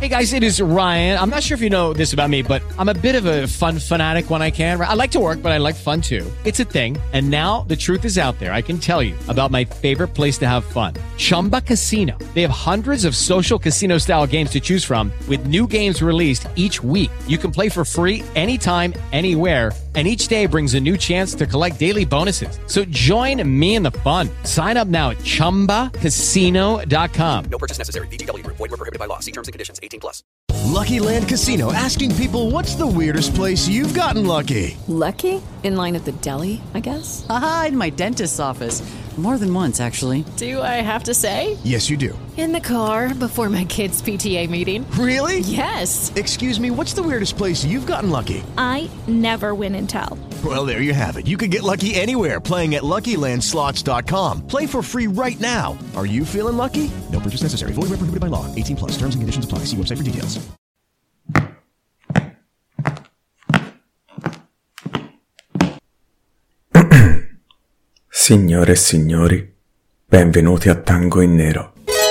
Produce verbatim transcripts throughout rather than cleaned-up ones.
Hey guys, it is Ryan. I'm not sure if you know this about me, but I'm a bit of a fun fanatic when I can. I like to work, but I like fun too. It's a thing. And now the truth is out there. I can tell you about my favorite place to have fun. Chumba Casino. They have hundreds of social casino style games to choose from with new games released each week. You can play for free anytime, anywhere. And each day brings a new chance to collect daily bonuses. So join me in the fun. Sign up now at chumba casino dot com. No purchase necessary. V G W Group. Void where prohibited by law. See terms and conditions. eighteen plus. Lucky Land Casino, asking people, what's the weirdest place you've gotten lucky? Lucky? In line at the deli, I guess? Aha, in my dentist's office. More than once, actually. Do I have to say? Yes, you do. In the car before my kids' P T A meeting. Really? Yes. Excuse me, what's the weirdest place you've gotten lucky? I never win and tell. Well, there you have it. You can get lucky anywhere, playing at Lucky Land Slots dot com. Play for free right now. Are you feeling lucky? No purchase necessary. Void where prohibited by law. eighteen plus. Terms and conditions apply. See website for details. Signore e signori, benvenuti a Tango in Nero.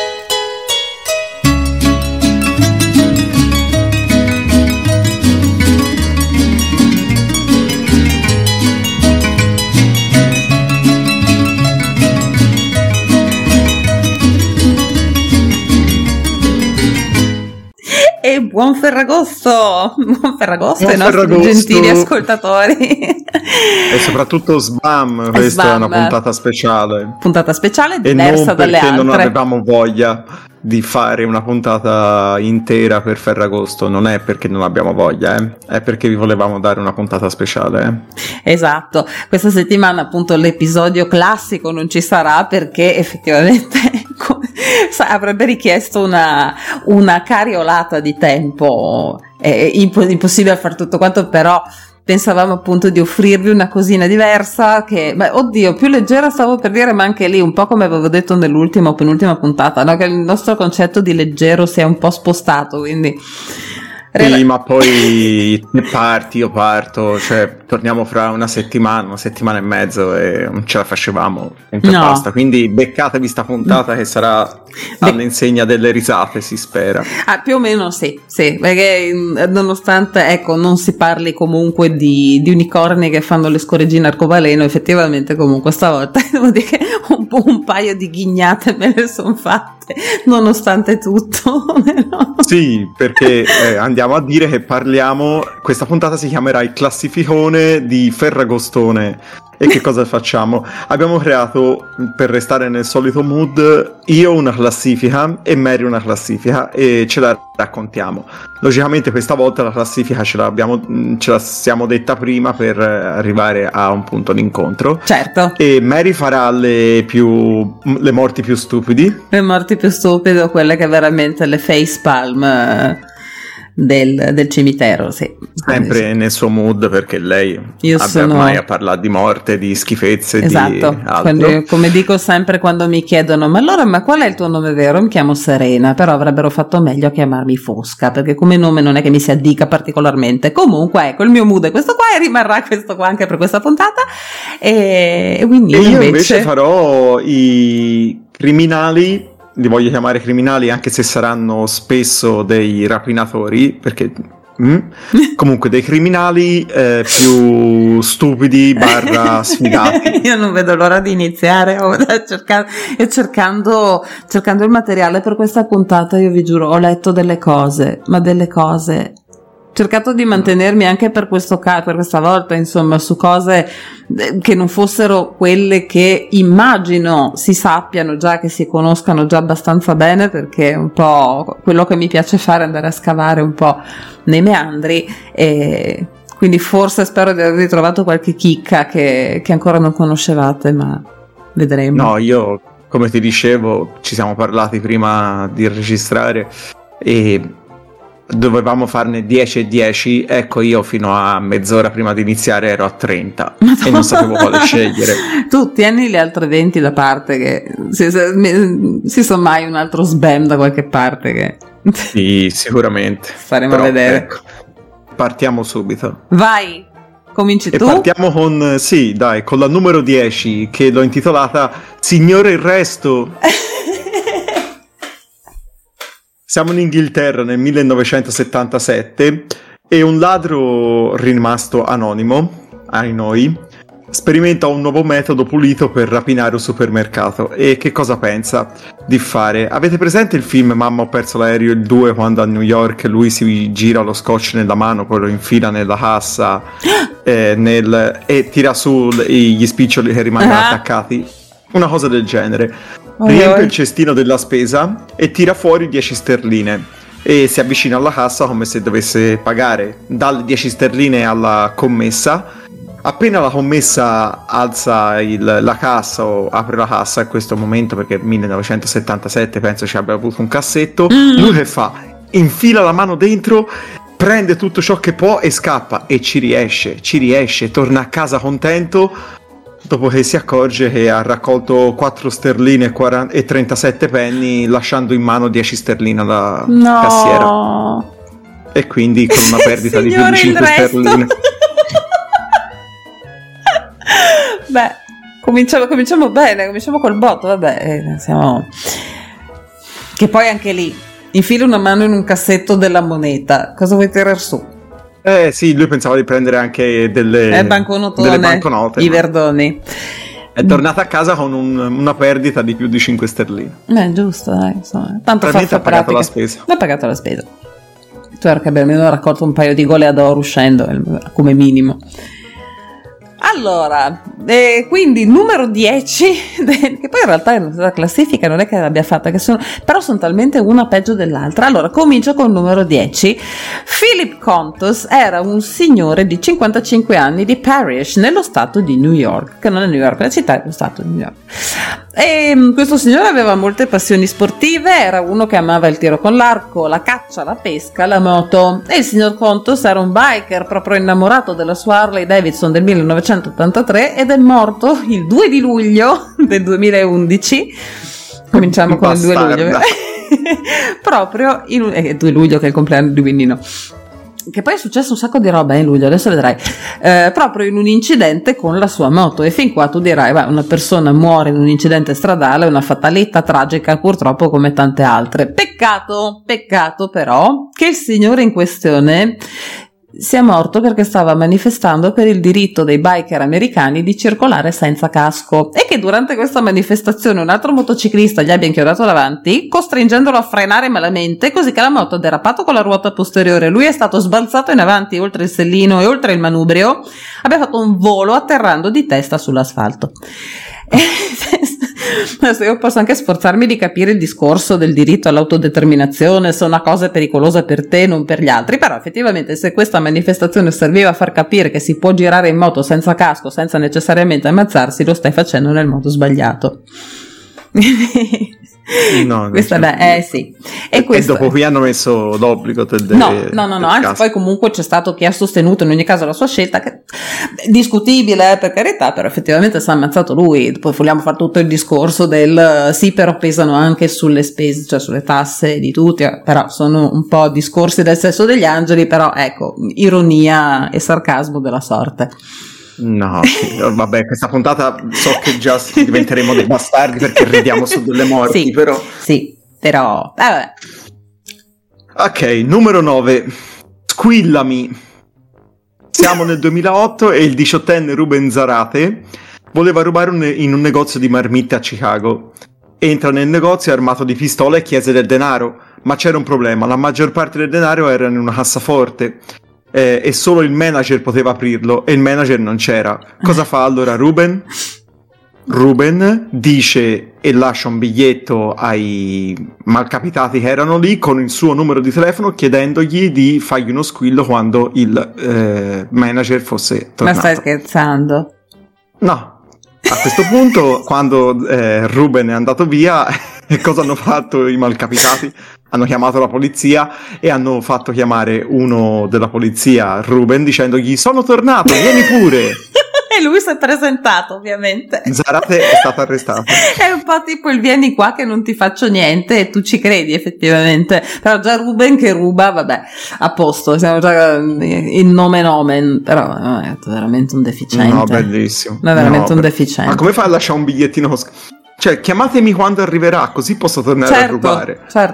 E buon Ferragosto, buon Ferragosto buon ai nostri Ferragosto. Gentili ascoltatori. E soprattutto Sbam, questa Sbam. è una puntata speciale. Puntata speciale E diversa non dalle perché altre. non avevamo voglia di fare una puntata intera per Ferragosto, non è perché non abbiamo voglia, eh? È perché vi volevamo dare una puntata speciale. Eh? Esatto, questa settimana appunto l'episodio classico non ci sarà perché effettivamente avrebbe richiesto una, una cariolata di tempo, è imp- impossibile fare tutto quanto, però pensavamo appunto di offrirvi una cosina diversa che, beh, oddio, più leggera stavo per dire, ma anche lì un po' come avevo detto nell'ultima o penultima puntata, no? Che il nostro concetto di leggero si è un po' spostato, quindi Sì, ma poi te parti, io parto, cioè torniamo fra una settimana, una settimana e mezzo e non ce la facevamo, punto e No. basta. Quindi beccatevi sta puntata che sarà all'insegna delle risate, si spera. Ah, più o meno sì, sì, perché mh, nonostante ecco non si parli comunque di, di unicorni che fanno le scoreggine arcobaleno, effettivamente comunque stavolta devo dire che un po' un paio di ghignate me le sono fatte, nonostante tutto. No? Sì, perché eh, andiamo a dire che parliamo, questa puntata si chiamerà il classificone di Ferragostone. E che cosa facciamo? Abbiamo creato, per restare nel solito mood, io una classifica e Mary una classifica e ce la raccontiamo. Logicamente questa volta la classifica ce l'abbiamo, ce la siamo detta prima per arrivare a un punto d'incontro. Certo. E Mary farà le più le morti più stupidi. Le morti più stupide, quelle che veramente le facepalm eh, del, del cimitero, sì. Sempre sì. nel suo mood, perché lei Io abbia sono... ormai a parlare di morte, di schifezze, esatto. di altro. Quando, come dico sempre quando mi chiedono ma allora ma qual è il tuo nome vero? Mi chiamo Serena, però avrebbero fatto meglio a chiamarmi Fosca, perché come nome non è che mi si addica particolarmente. Comunque ecco, il mio mood è questo qua e rimarrà questo qua anche per questa puntata. E, e quindi E io invece... invece farò i criminali, li voglio chiamare criminali anche se saranno spesso dei rapinatori, perché mm? comunque dei criminali eh, più stupidi barra sfigati. Io non vedo l'ora di iniziare oh, cercando, e cercando, cercando il materiale per questa puntata. Io vi giuro, ho letto delle cose, ma delle cose, ho cercato di mantenermi anche per questo ca- per questa volta insomma su cose che non fossero quelle che immagino si sappiano già, che si conoscano già abbastanza bene, perché è un po' quello che mi piace fare, andare a scavare un po' nei meandri, e quindi forse spero di avervi trovato qualche chicca che, che ancora non conoscevate, ma vedremo. No, io come ti dicevo ci siamo parlati prima di registrare e dovevamo farne dieci e dieci, ecco io fino a mezz'ora prima di iniziare ero a trenta Madonna. E non sapevo quale scegliere. Tu tieni le altre venti da parte, che si, si, si sa mai un altro sbam da qualche parte che sì, sicuramente faremo però, vedere. Ecco, partiamo subito. Vai, cominci e tu? Partiamo con, sì dai, con la numero dieci, che l'ho intitolata Signore il resto. Siamo in Inghilterra nel millenovecentosettantasette e un ladro rimasto anonimo, ai noi, sperimenta un nuovo metodo pulito per rapinare un supermercato. E che cosa pensa di fare? Avete presente il film Mamma ho perso l'aereo, il due, quando a New York lui si gira lo scotch nella mano, poi lo infila nella cassa eh, nel, e tira su gli spiccioli che rimangono uh-huh. attaccati? Una cosa del genere. Oh, riempie oh. il cestino della spesa e tira fuori dieci sterline e si avvicina alla cassa come se dovesse pagare. Dà le dieci sterline alla commessa. Appena la commessa alza il, la cassa o apre la cassa, in questo momento, perché millenovecentosettantasette penso ci abbia avuto un cassetto, mm. lui che fa? Infila la mano dentro, prende tutto ciò che può e scappa, e ci riesce, ci riesce, torna a casa contento, dopo che si accorge che ha raccolto quattro sterline e trentasette penny, lasciando in mano dieci sterline alla no. cassiera. E quindi con una perdita di più di cinque sterline. Beh, cominciamo, cominciamo bene, cominciamo col botto, vabbè, siamo... Che poi anche lì, infila una mano in un cassetto della moneta, cosa vuoi tirar su? Eh sì, lui pensava di prendere anche delle, eh, banconotone, delle banconote. I ma... verdoni. È tornata a casa con un, una perdita di più di cinque sterline. Beh, giusto, dai, insomma. Tanto fa, fa ha pagato la spesa. Ha pagato la spesa. Spero che abbia almeno raccolto un paio di goleador uscendo, come minimo. Allora, eh, quindi numero dieci, che poi in realtà la classifica non è che l'abbia fatta, che sono, però sono talmente una peggio dell'altra. Allora, comincio con il numero dieci. Philip Contos era un signore di cinquantacinque anni di Parrish, nello stato di New York, che non è New York, la città è lo stato di New York. E questo signore aveva molte passioni sportive, era uno che amava il tiro con l'arco, la caccia, la pesca, la moto. E il signor Contos era un biker proprio innamorato della sua Harley Davidson del millenovecentottantatré ed è morto il due di luglio del duemilaundici. Cominciamo con il due luglio. Proprio in eh, due luglio, che è il compleanno di Winnino. Che poi è successo un sacco di roba in luglio, adesso vedrai, eh, proprio in un incidente con la sua moto. E fin qua tu dirai, beh, una persona muore in un incidente stradale, una fataletta tragica purtroppo come tante altre. Peccato, peccato però che il signore in questione sia morto perché stava manifestando per il diritto dei biker americani di circolare senza casco, e che durante questa manifestazione un altro motociclista gli abbia inchiodato davanti, costringendolo a frenare malamente, così che la moto ha derapato con la ruota posteriore, lui è stato sbalzato in avanti oltre il sellino e oltre il manubrio, abbia fatto un volo atterrando di testa sull'asfalto. Adesso io posso anche sforzarmi di capire il discorso del diritto all'autodeterminazione, se una cosa è pericolosa per te non per gli altri, però effettivamente se questa manifestazione serviva a far capire che si può girare in moto senza casco, senza necessariamente ammazzarsi, lo stai facendo nel modo sbagliato. No, questa è, eh sì. E, e questo dopo qui hanno messo l'obbligo del, del no no no, no anzi caso. Poi comunque c'è stato chi ha sostenuto in ogni caso la sua scelta, che discutibile, eh, per carità, però effettivamente si è ammazzato lui. Poi vogliamo fare tutto il discorso del sì, però pesano anche sulle spese, cioè sulle tasse di tutti, però sono un po' discorsi del sesso degli angeli, però ecco, ironia e sarcasmo della sorte. No, sì, vabbè, questa puntata so che già diventeremo dei bastardi perché ridiamo su delle morti, sì, però... Sì, però... Eh, vabbè. Ok, numero nove. Squillami. Siamo nel duemilaotto e il diciottenne Ruben Zarate voleva rubare un, in un negozio di marmitte a Chicago. Entra nel negozio armato di pistola e chiese del denaro, ma c'era un problema, la maggior parte del denaro era in una cassaforte. Eh, e solo il manager poteva aprirlo e il manager non c'era. Cosa fa allora Ruben? Ruben dice e lascia un biglietto ai malcapitati che erano lì con il suo numero di telefono, chiedendogli di fargli uno squillo quando il eh, manager fosse tornato. Ma stai scherzando? No. A questo punto, quando eh, Ruben è andato via, cosa hanno fatto i malcapitati? Hanno chiamato la polizia e hanno fatto chiamare uno della polizia, Ruben, dicendogli sono tornato, vieni pure. E lui si è presentato, ovviamente. Zarate è stato arrestato. È un po' tipo il vieni qua che non ti faccio niente e tu ci credi effettivamente. Però già Ruben che ruba, vabbè, a posto, siamo già in nome nomen, però no, è veramente un deficiente. No, bellissimo. No, veramente no, un per... deficiente. Ma come fai a lasciare un bigliettino? Cioè, chiamatemi quando arriverà, così posso tornare certo, a rubare. Certo.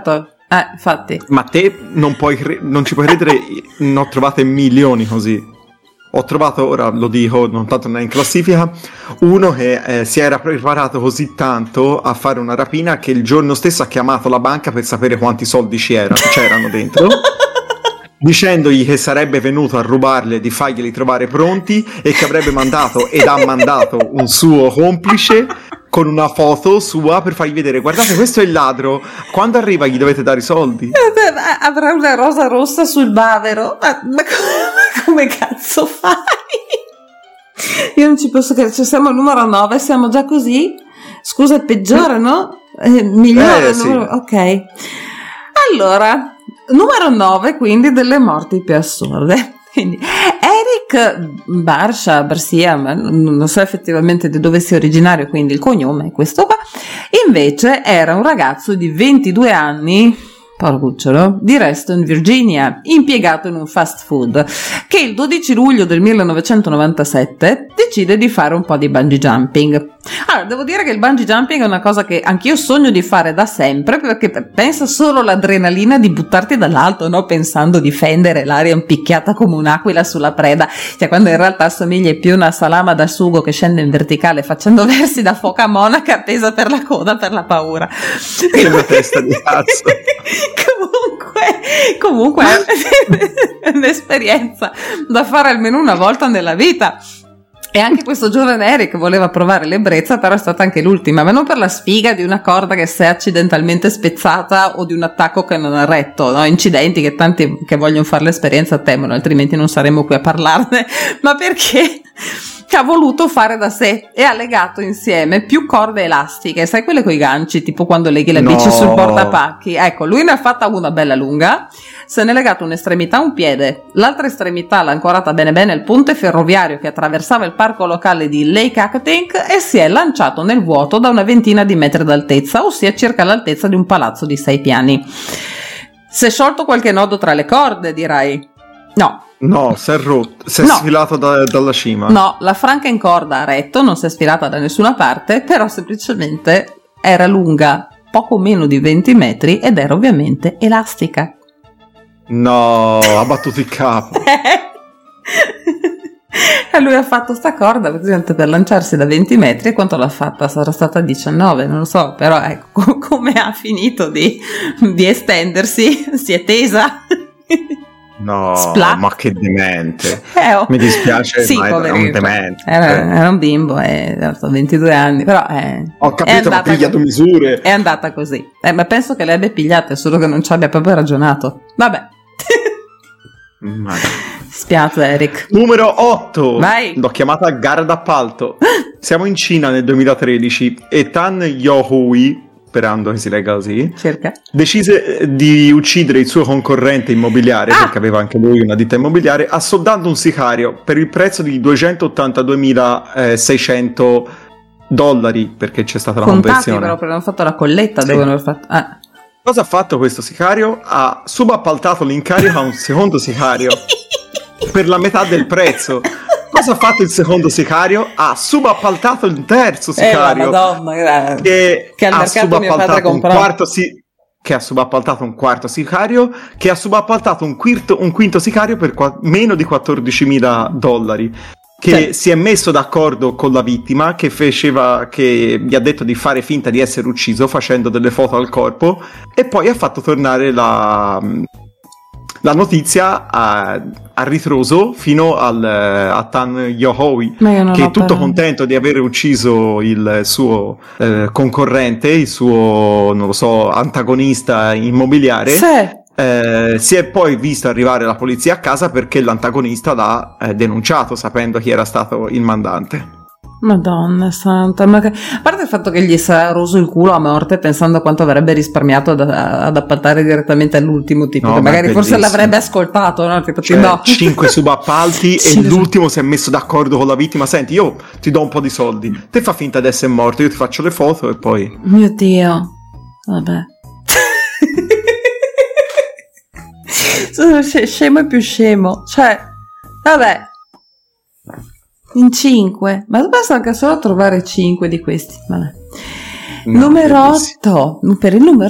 Eh, infatti. Ma te non puoi cre- non ci puoi credere, ne ho trovate milioni così. Ho trovato, ora lo dico, non tanto non è in classifica, uno che eh, si era preparato così tanto a fare una rapina che il giorno stesso ha chiamato la banca per sapere quanti soldi c'erano, c'erano dentro, dicendogli che sarebbe venuto a rubarli, di farglieli trovare pronti e che avrebbe mandato ed ha mandato un suo complice con una foto sua per fargli vedere: guardate, questo è il ladro, quando arriva gli dovete dare i soldi. Avrà una rosa rossa sul bavero, ma, ma, come, ma come cazzo fai? Io non ci posso credere, cioè, siamo al numero nove, siamo già così? Scusa, è peggiore, no? Eh, migliore, eh, sì. numero... ok. Allora, numero nove, quindi, delle morti più assurde. Quindi Eric Barsha, Barsia, non so effettivamente di dove sia originario, quindi il cognome è questo qua, invece era un ragazzo di ventidue anni, porcucciolo, di Reston, Virginia, impiegato in un fast food, che il dodici luglio del millenovecentonovantasette decide di fare un po' di bungee jumping. Allora, devo dire che il bungee jumping è una cosa che anch'io sogno di fare da sempre, perché pensa solo all'adrenalina di buttarti dall'alto, no? Pensando di fendere l'aria impicchiata come un'aquila sulla preda, cioè quando in realtà assomiglia più a una salama da sugo che scende in verticale facendo versi da foca monaca appesa per la coda per la paura. Che una testa di cazzo. comunque, comunque è un'esperienza da fare almeno una volta nella vita. E anche questo giovane Eric voleva provare l'ebbrezza, però è stata anche l'ultima, ma non per la sfiga di una corda che si è accidentalmente spezzata o di un attacco che non ha retto, no? Incidenti che tanti che vogliono fare l'esperienza temono, altrimenti non saremmo qui a parlarne, ma perché ha voluto fare da sé e ha legato insieme più corde elastiche, sai, quelle coi ganci, tipo quando leghi la no. bici sul portapacchi. Ecco, lui ne ha fatta una bella lunga, se ne è legato un'estremità a un piede, l'altra estremità l'ha ancorata bene bene al ponte ferroviario che attraversava il parco locale di Lake Accotink e si è lanciato nel vuoto da una ventina di metri d'altezza, ossia circa l'altezza di un palazzo di sei piani. Si è sciolto qualche nodo tra le corde, dirai? No. No, si è rotto, si è No. sfilato da, dalla cima. No, la franca in corda ha retto, non si è sfilata da nessuna parte, però semplicemente era lunga poco meno di venti metri ed era ovviamente elastica. No, ha battuto il capo. E lui ha fatto sta corda per lanciarsi da venti metri, e quanto l'ha fatta? Sarà stata diciannove, non lo so, però ecco come ha finito di, di estendersi, si è tesa. No, Splat. ma che demente. Eh, oh. Mi dispiace, Sì, ma era un poverino. demente. Era, Eh. era un bimbo, e ha ventidue anni, però è, Ho è capito, ma andata pigliato così. misure. È andata così. Eh, ma penso che le abbia pigliate, solo che non ci abbia proprio ragionato. Vabbè. Ma- Spiace, Eric. Numero otto. Vai. L'ho chiamata gara d'appalto. Siamo in Cina nel duemilatredici e Tan Yo-hui, sperando che si legga così, Cerca. decise di uccidere il suo concorrente immobiliare, Ah! perché aveva anche lui una ditta immobiliare, assoldando un sicario per il prezzo di duecentottantaduemilaseicento dollari, perché c'è stata la Contati conversione. però, perché hanno fatto la colletta, Sì. devono aver fatto... Ah. Cosa ha fatto questo sicario? Ha subappaltato l'incarico a un secondo sicario per la metà del prezzo. Cosa ha fatto il secondo sicario? Ha subappaltato il terzo sicario, Eh, la Madonna, grazie. che, Che al ha mercato mio padre subappaltato un comprò. quarto si- che ha subappaltato un quarto sicario, che ha subappaltato un quinto, un quinto sicario per qua- meno di quattordicimila dollari, che Sì. si è messo d'accordo con la vittima, che faceva, che gli ha detto di fare finta di essere ucciso facendo delle foto al corpo, e poi ha fatto tornare la, la notizia a, a ritroso fino al, a Tan Yo-hui, Ma io non che ho è tutto parole. contento di aver ucciso il suo eh, concorrente, il suo, non lo so, antagonista immobiliare. Sì. Eh, si è poi visto arrivare la polizia a casa perché l'antagonista l'ha eh, denunciato, sapendo chi era stato il mandante. Madonna santa, ma che... a parte il fatto che gli sarà roso il culo a morte pensando quanto avrebbe risparmiato ad, ad appaltare direttamente all'ultimo tipo, No, che ma è magari forse bellissimo. l'avrebbe ascoltato, no? Tipo, Cioè, no. cinque subappalti Sì, e lo so. l'ultimo si è messo d'accordo con la vittima. Senti, io ti do un po' di soldi, te fa finta di essere morto, io ti faccio le foto e poi... Mio Dio, vabbè. Sono sc- scemo e più scemo, cioè, vabbè, in cinque, ma basta anche solo trovare cinque di questi, vabbè. No, Numero bellissimo. otto, per il numero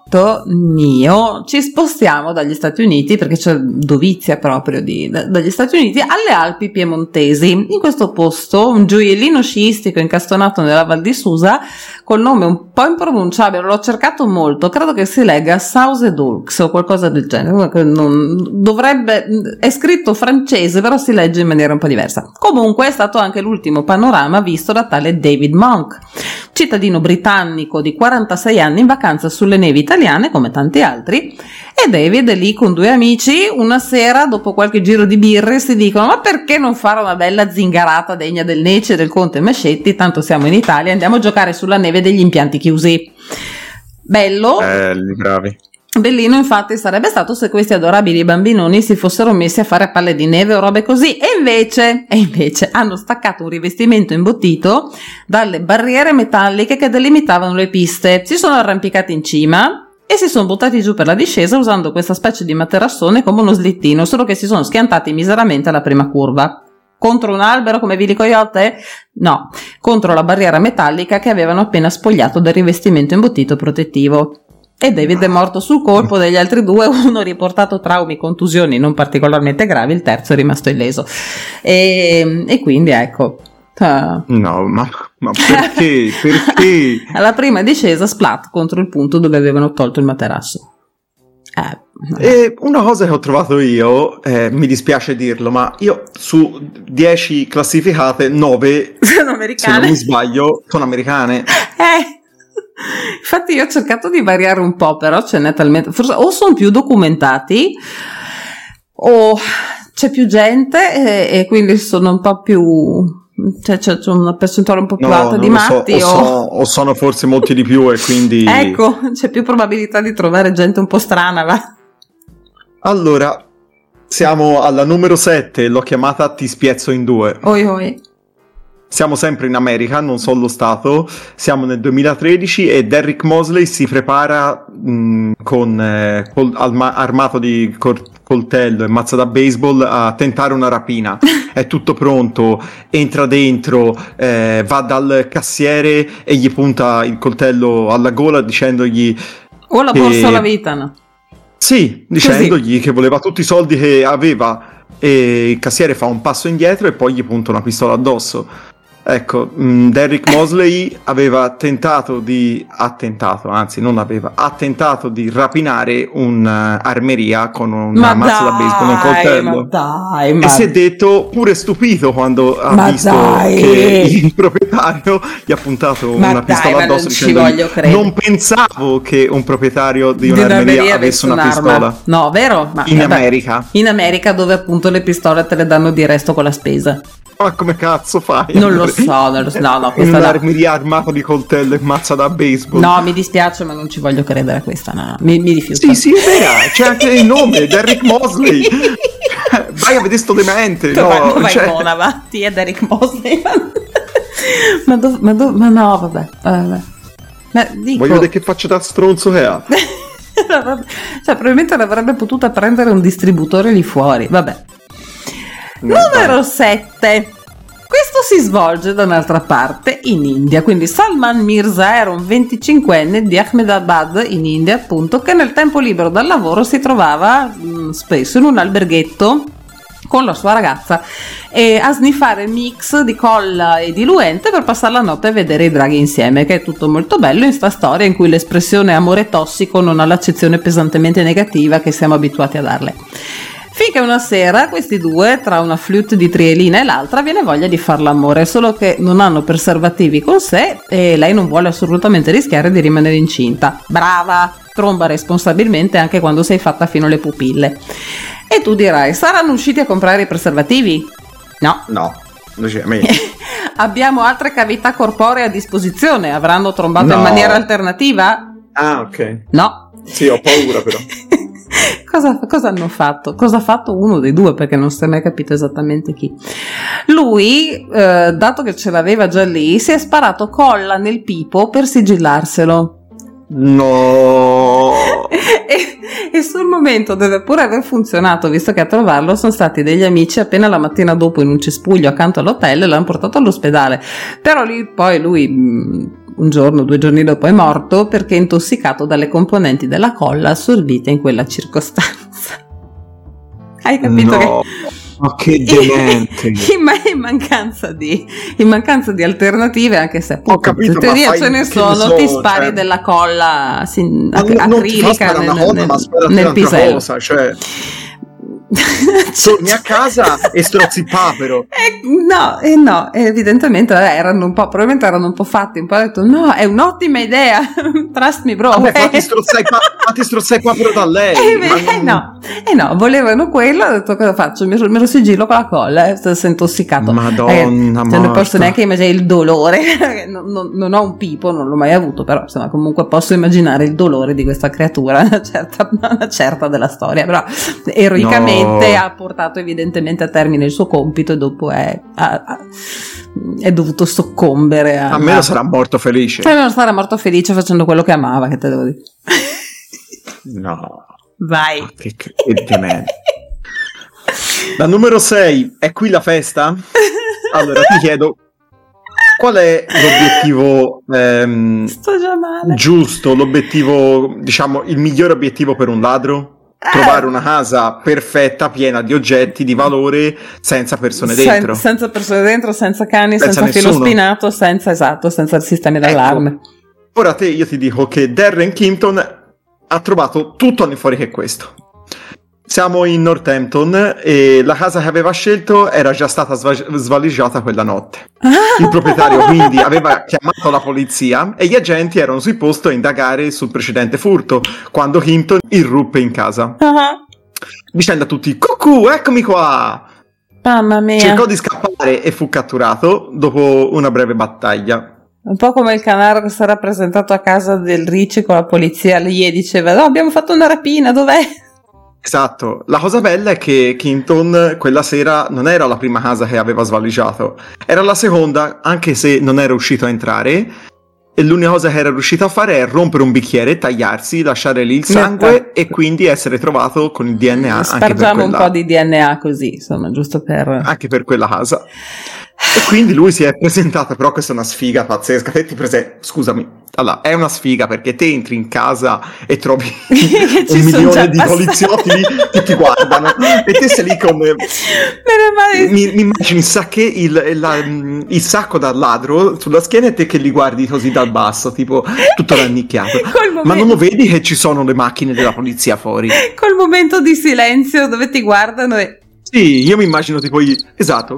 mio, ci spostiamo dagli Stati Uniti, perché c'è dovizia proprio di, da, dagli Stati Uniti alle Alpi piemontesi. In questo posto un gioiellino sciistico incastonato nella Val di Susa col nome un po' impronunciabile, l'ho cercato molto, credo che si legga Sauze d'Ulx o qualcosa del genere. Non, dovrebbe, è scritto francese, però si legge in maniera un po' diversa. Comunque è stato anche l'ultimo panorama visto da tale David Monk, cittadino britannico di quarantasei anni in vacanza sulle nevi italiane come tanti altri, e David è lì con due amici. Una sera, dopo qualche giro di birre, si dicono: ma perché non fare una bella zingarata degna del Nece e del Conte Mascetti, tanto siamo in Italia, andiamo a giocare sulla neve degli impianti chiusi. Bello, belli, bravi. Bellino infatti sarebbe stato se questi adorabili bambinoni si fossero messi a fare palle di neve o robe così, e invece, e invece hanno staccato un rivestimento imbottito dalle barriere metalliche che delimitavano le piste, si sono arrampicati in cima e si sono buttati giù per la discesa usando questa specie di materassone come uno slittino, solo che si sono schiantati miseramente alla prima curva. Contro un albero come Vili Coyote? No, contro la barriera metallica che avevano appena spogliato del rivestimento imbottito protettivo. E David è morto sul colpo, degli altri due uno riportato traumi, contusioni non particolarmente gravi, il terzo è rimasto illeso. E, e quindi ecco. Uh, no, ma, ma perché? Perché? Alla prima discesa splat contro il punto dove avevano tolto il materasso. Eh, E una cosa che ho trovato io, eh, mi dispiace dirlo, ma io su dieci classificate, nove, sono americane. Se non mi sbaglio, sono americane. Eh. Infatti io ho cercato di variare un po', però ce n'è talmente, forse o sono più documentati o c'è più gente e, e quindi sono un po' più, cioè c'è, c'è una percentuale un po' più no, alta di matti so, o, o... So, o sono forse molti di più e quindi ecco, c'è più probabilità di trovare gente un po' strana, va. Allora siamo alla numero sette, l'ho chiamata Ti spiezzo in due. Oi oi. Siamo sempre in America, non so lo stato, siamo nel duemilatredici e Derrick Mosley si prepara mh, con eh, col, alma, armato di col, coltello e mazza da baseball a tentare una rapina. È tutto pronto, entra dentro, eh, va dal cassiere e gli punta il coltello alla gola dicendogli... O la che... borsa o la vita, no? Sì, dicendogli Così. Che voleva tutti i soldi che aveva, e il cassiere fa un passo indietro e poi gli punta una pistola addosso. Ecco, mh, Derrick Mosley aveva tentato di, ha tentato, anzi non aveva, ha tentato di rapinare un'armeria con una mazza da baseball e un coltello. Ma dai, ma... E si è detto pure stupito quando ha ma visto dai. che il proprietario gli ha puntato ma una pistola dai, addosso non dicendo: non pensavo che un proprietario di, di un'armeria avesse una un'arma. pistola. No, vero? Ma, in vabbè, America. In America, dove appunto le pistole te le danno di resto con la spesa. Ma come cazzo fai? Non lo so, non lo so. No, no, questa un'armeria armato di coltello e mazza da baseball. No, mi dispiace, ma non ci voglio credere a questa. No, no. Mi, mi rifiuto. Sì, sì, è vera, c'è anche il nome, Derrick Mosley. Vai a vedere sto demente. Tu no, vai, vai cioè... buona, va. Ti è Derrick Mosley. ma, do, ma, do, ma no, vabbè. vabbè. Ma dico... Voglio vedere che faccia da stronzo che ha. Cioè, probabilmente l'avrebbe potuta prendere un distributore lì fuori. Vabbè. No, Numero sette. Questo si svolge da un'altra parte, in India. Quindi Salman Mirza era un venticinquenne di Ahmedabad, in India appunto, che nel tempo libero dal lavoro si trovava mh, spesso in un alberghetto con la sua ragazza e a sniffare mix di colla e diluente per passare la notte a vedere i draghi insieme, che è tutto molto bello in sta storia in cui l'espressione amore tossico non ha l'accezione pesantemente negativa che siamo abituati a darle. Finché una sera questi due, tra una flute di trielina e l'altra, viene voglia di far l'amore, solo che non hanno preservativi con sé e lei non vuole assolutamente rischiare di rimanere incinta. Brava, tromba responsabilmente anche quando sei fatta fino alle pupille. E tu dirai, saranno usciti a comprare i preservativi? No. No, invece a me. Abbiamo altre cavità corporee a disposizione, avranno trombato No. in maniera alternativa? Ah, ok. No. Sì, ho paura però. Cosa, cosa hanno fatto? Cosa ha fatto uno dei due? Perché non si è mai capito esattamente chi. Lui, eh, dato che ce l'aveva già lì, si è sparato colla nel pipo per sigillarselo. No. e, e sul momento deve pure aver funzionato, visto che a trovarlo sono stati degli amici appena la mattina dopo in un cespuglio accanto all'hotel e l'hanno portato all'ospedale. Però lì poi lui... Mh, un giorno, due giorni dopo è morto perché intossicato dalle componenti della colla assorbite in quella circostanza. Hai capito? No. Che... Ma che demente! in, in mancanza di in mancanza di alternative, anche se appunto Ho capito, in teoria ma ce ne sono, so, ti spari cioè... della colla sin, ma ac- non, non ti fa acrilica sparare nel, una cosa, nel, ma sparate nel un'altra pisello. cosa, cioè... torni a casa e strozzi il papero. Eh, no, eh no, evidentemente vabbè, erano un po', probabilmente erano un po' fatti, un po' detto no, è un'ottima idea, trust me bro. Vabbè, fatti strozzare pa- il papero da lei. Eh, ma beh, non... no, eh no, volevano quello, ho detto cosa faccio? Mi, me lo sigillo con la colla, eh, sono intossicato. Madonna, eh, non morta. posso neanche immaginare il dolore, non, non, non ho un pipo, non l'ho mai avuto, però insomma comunque posso immaginare il dolore di questa creatura, una certa, una certa della storia, però eroicamente no. Ha portato evidentemente a termine il suo compito e dopo è, ha, ha, è dovuto soccombere a, almeno a... sarà morto felice, almeno sarà morto felice facendo quello che amava, che te devo dire. No, vai, che, che demente. La numero sei, è qui la festa? Allora ti chiedo, qual è l'obiettivo ehm, sto già male. giusto, l'obiettivo, diciamo, il migliore obiettivo per un ladro? Trovare una casa perfetta, piena di oggetti di valore, senza persone dentro. Sen- senza persone dentro, senza cani, senza, senza filo spinato, senza, esatto, senza sistemi d'allarme. Ecco. Ora te, io ti dico che Darren Kimpton ha trovato tutto all'infuori che questo. Siamo in Northampton e la casa che aveva scelto era già stata sva- svaligiata quella notte. Il proprietario quindi aveva chiamato la polizia e gli agenti erano sul posto a indagare sul precedente furto quando Kimpton irruppe in casa. Uh-huh. Dicendo a tutti: "Cucù, eccomi qua!" Mamma mia. Cercò di scappare e fu catturato dopo una breve battaglia. Un po' come il canaro che si era presentato a casa del Ricci con la polizia, gli diceva: "No, abbiamo fatto una rapina, dov'è?" Esatto, la cosa bella è che Kimpton quella sera non era la prima casa che aveva svaligiato, era la seconda, anche se non era riuscito a entrare, e l'unica cosa che era riuscito a fare è rompere un bicchiere, tagliarsi, lasciare lì il sangue e quindi essere trovato con il D N A. Anche per Spargiamo quella... un po' di D N A così, insomma, giusto per... Anche per quella casa. E quindi lui si è presentato, però questa è una sfiga pazzesca. Te ti presenti, scusami, allora è una sfiga perché te entri in casa e trovi un milione di poliziotti lì che ti guardano e te sei lì come mi, mi immagini sacche il, la, il sacco da ladro sulla schiena e te che li guardi così dal basso, tipo tutto rannicchiato. Momento... ma non lo vedi che ci sono le macchine della polizia fuori? Col momento di silenzio dove ti guardano e... Sì, io mi immagino tipo gli... esatto.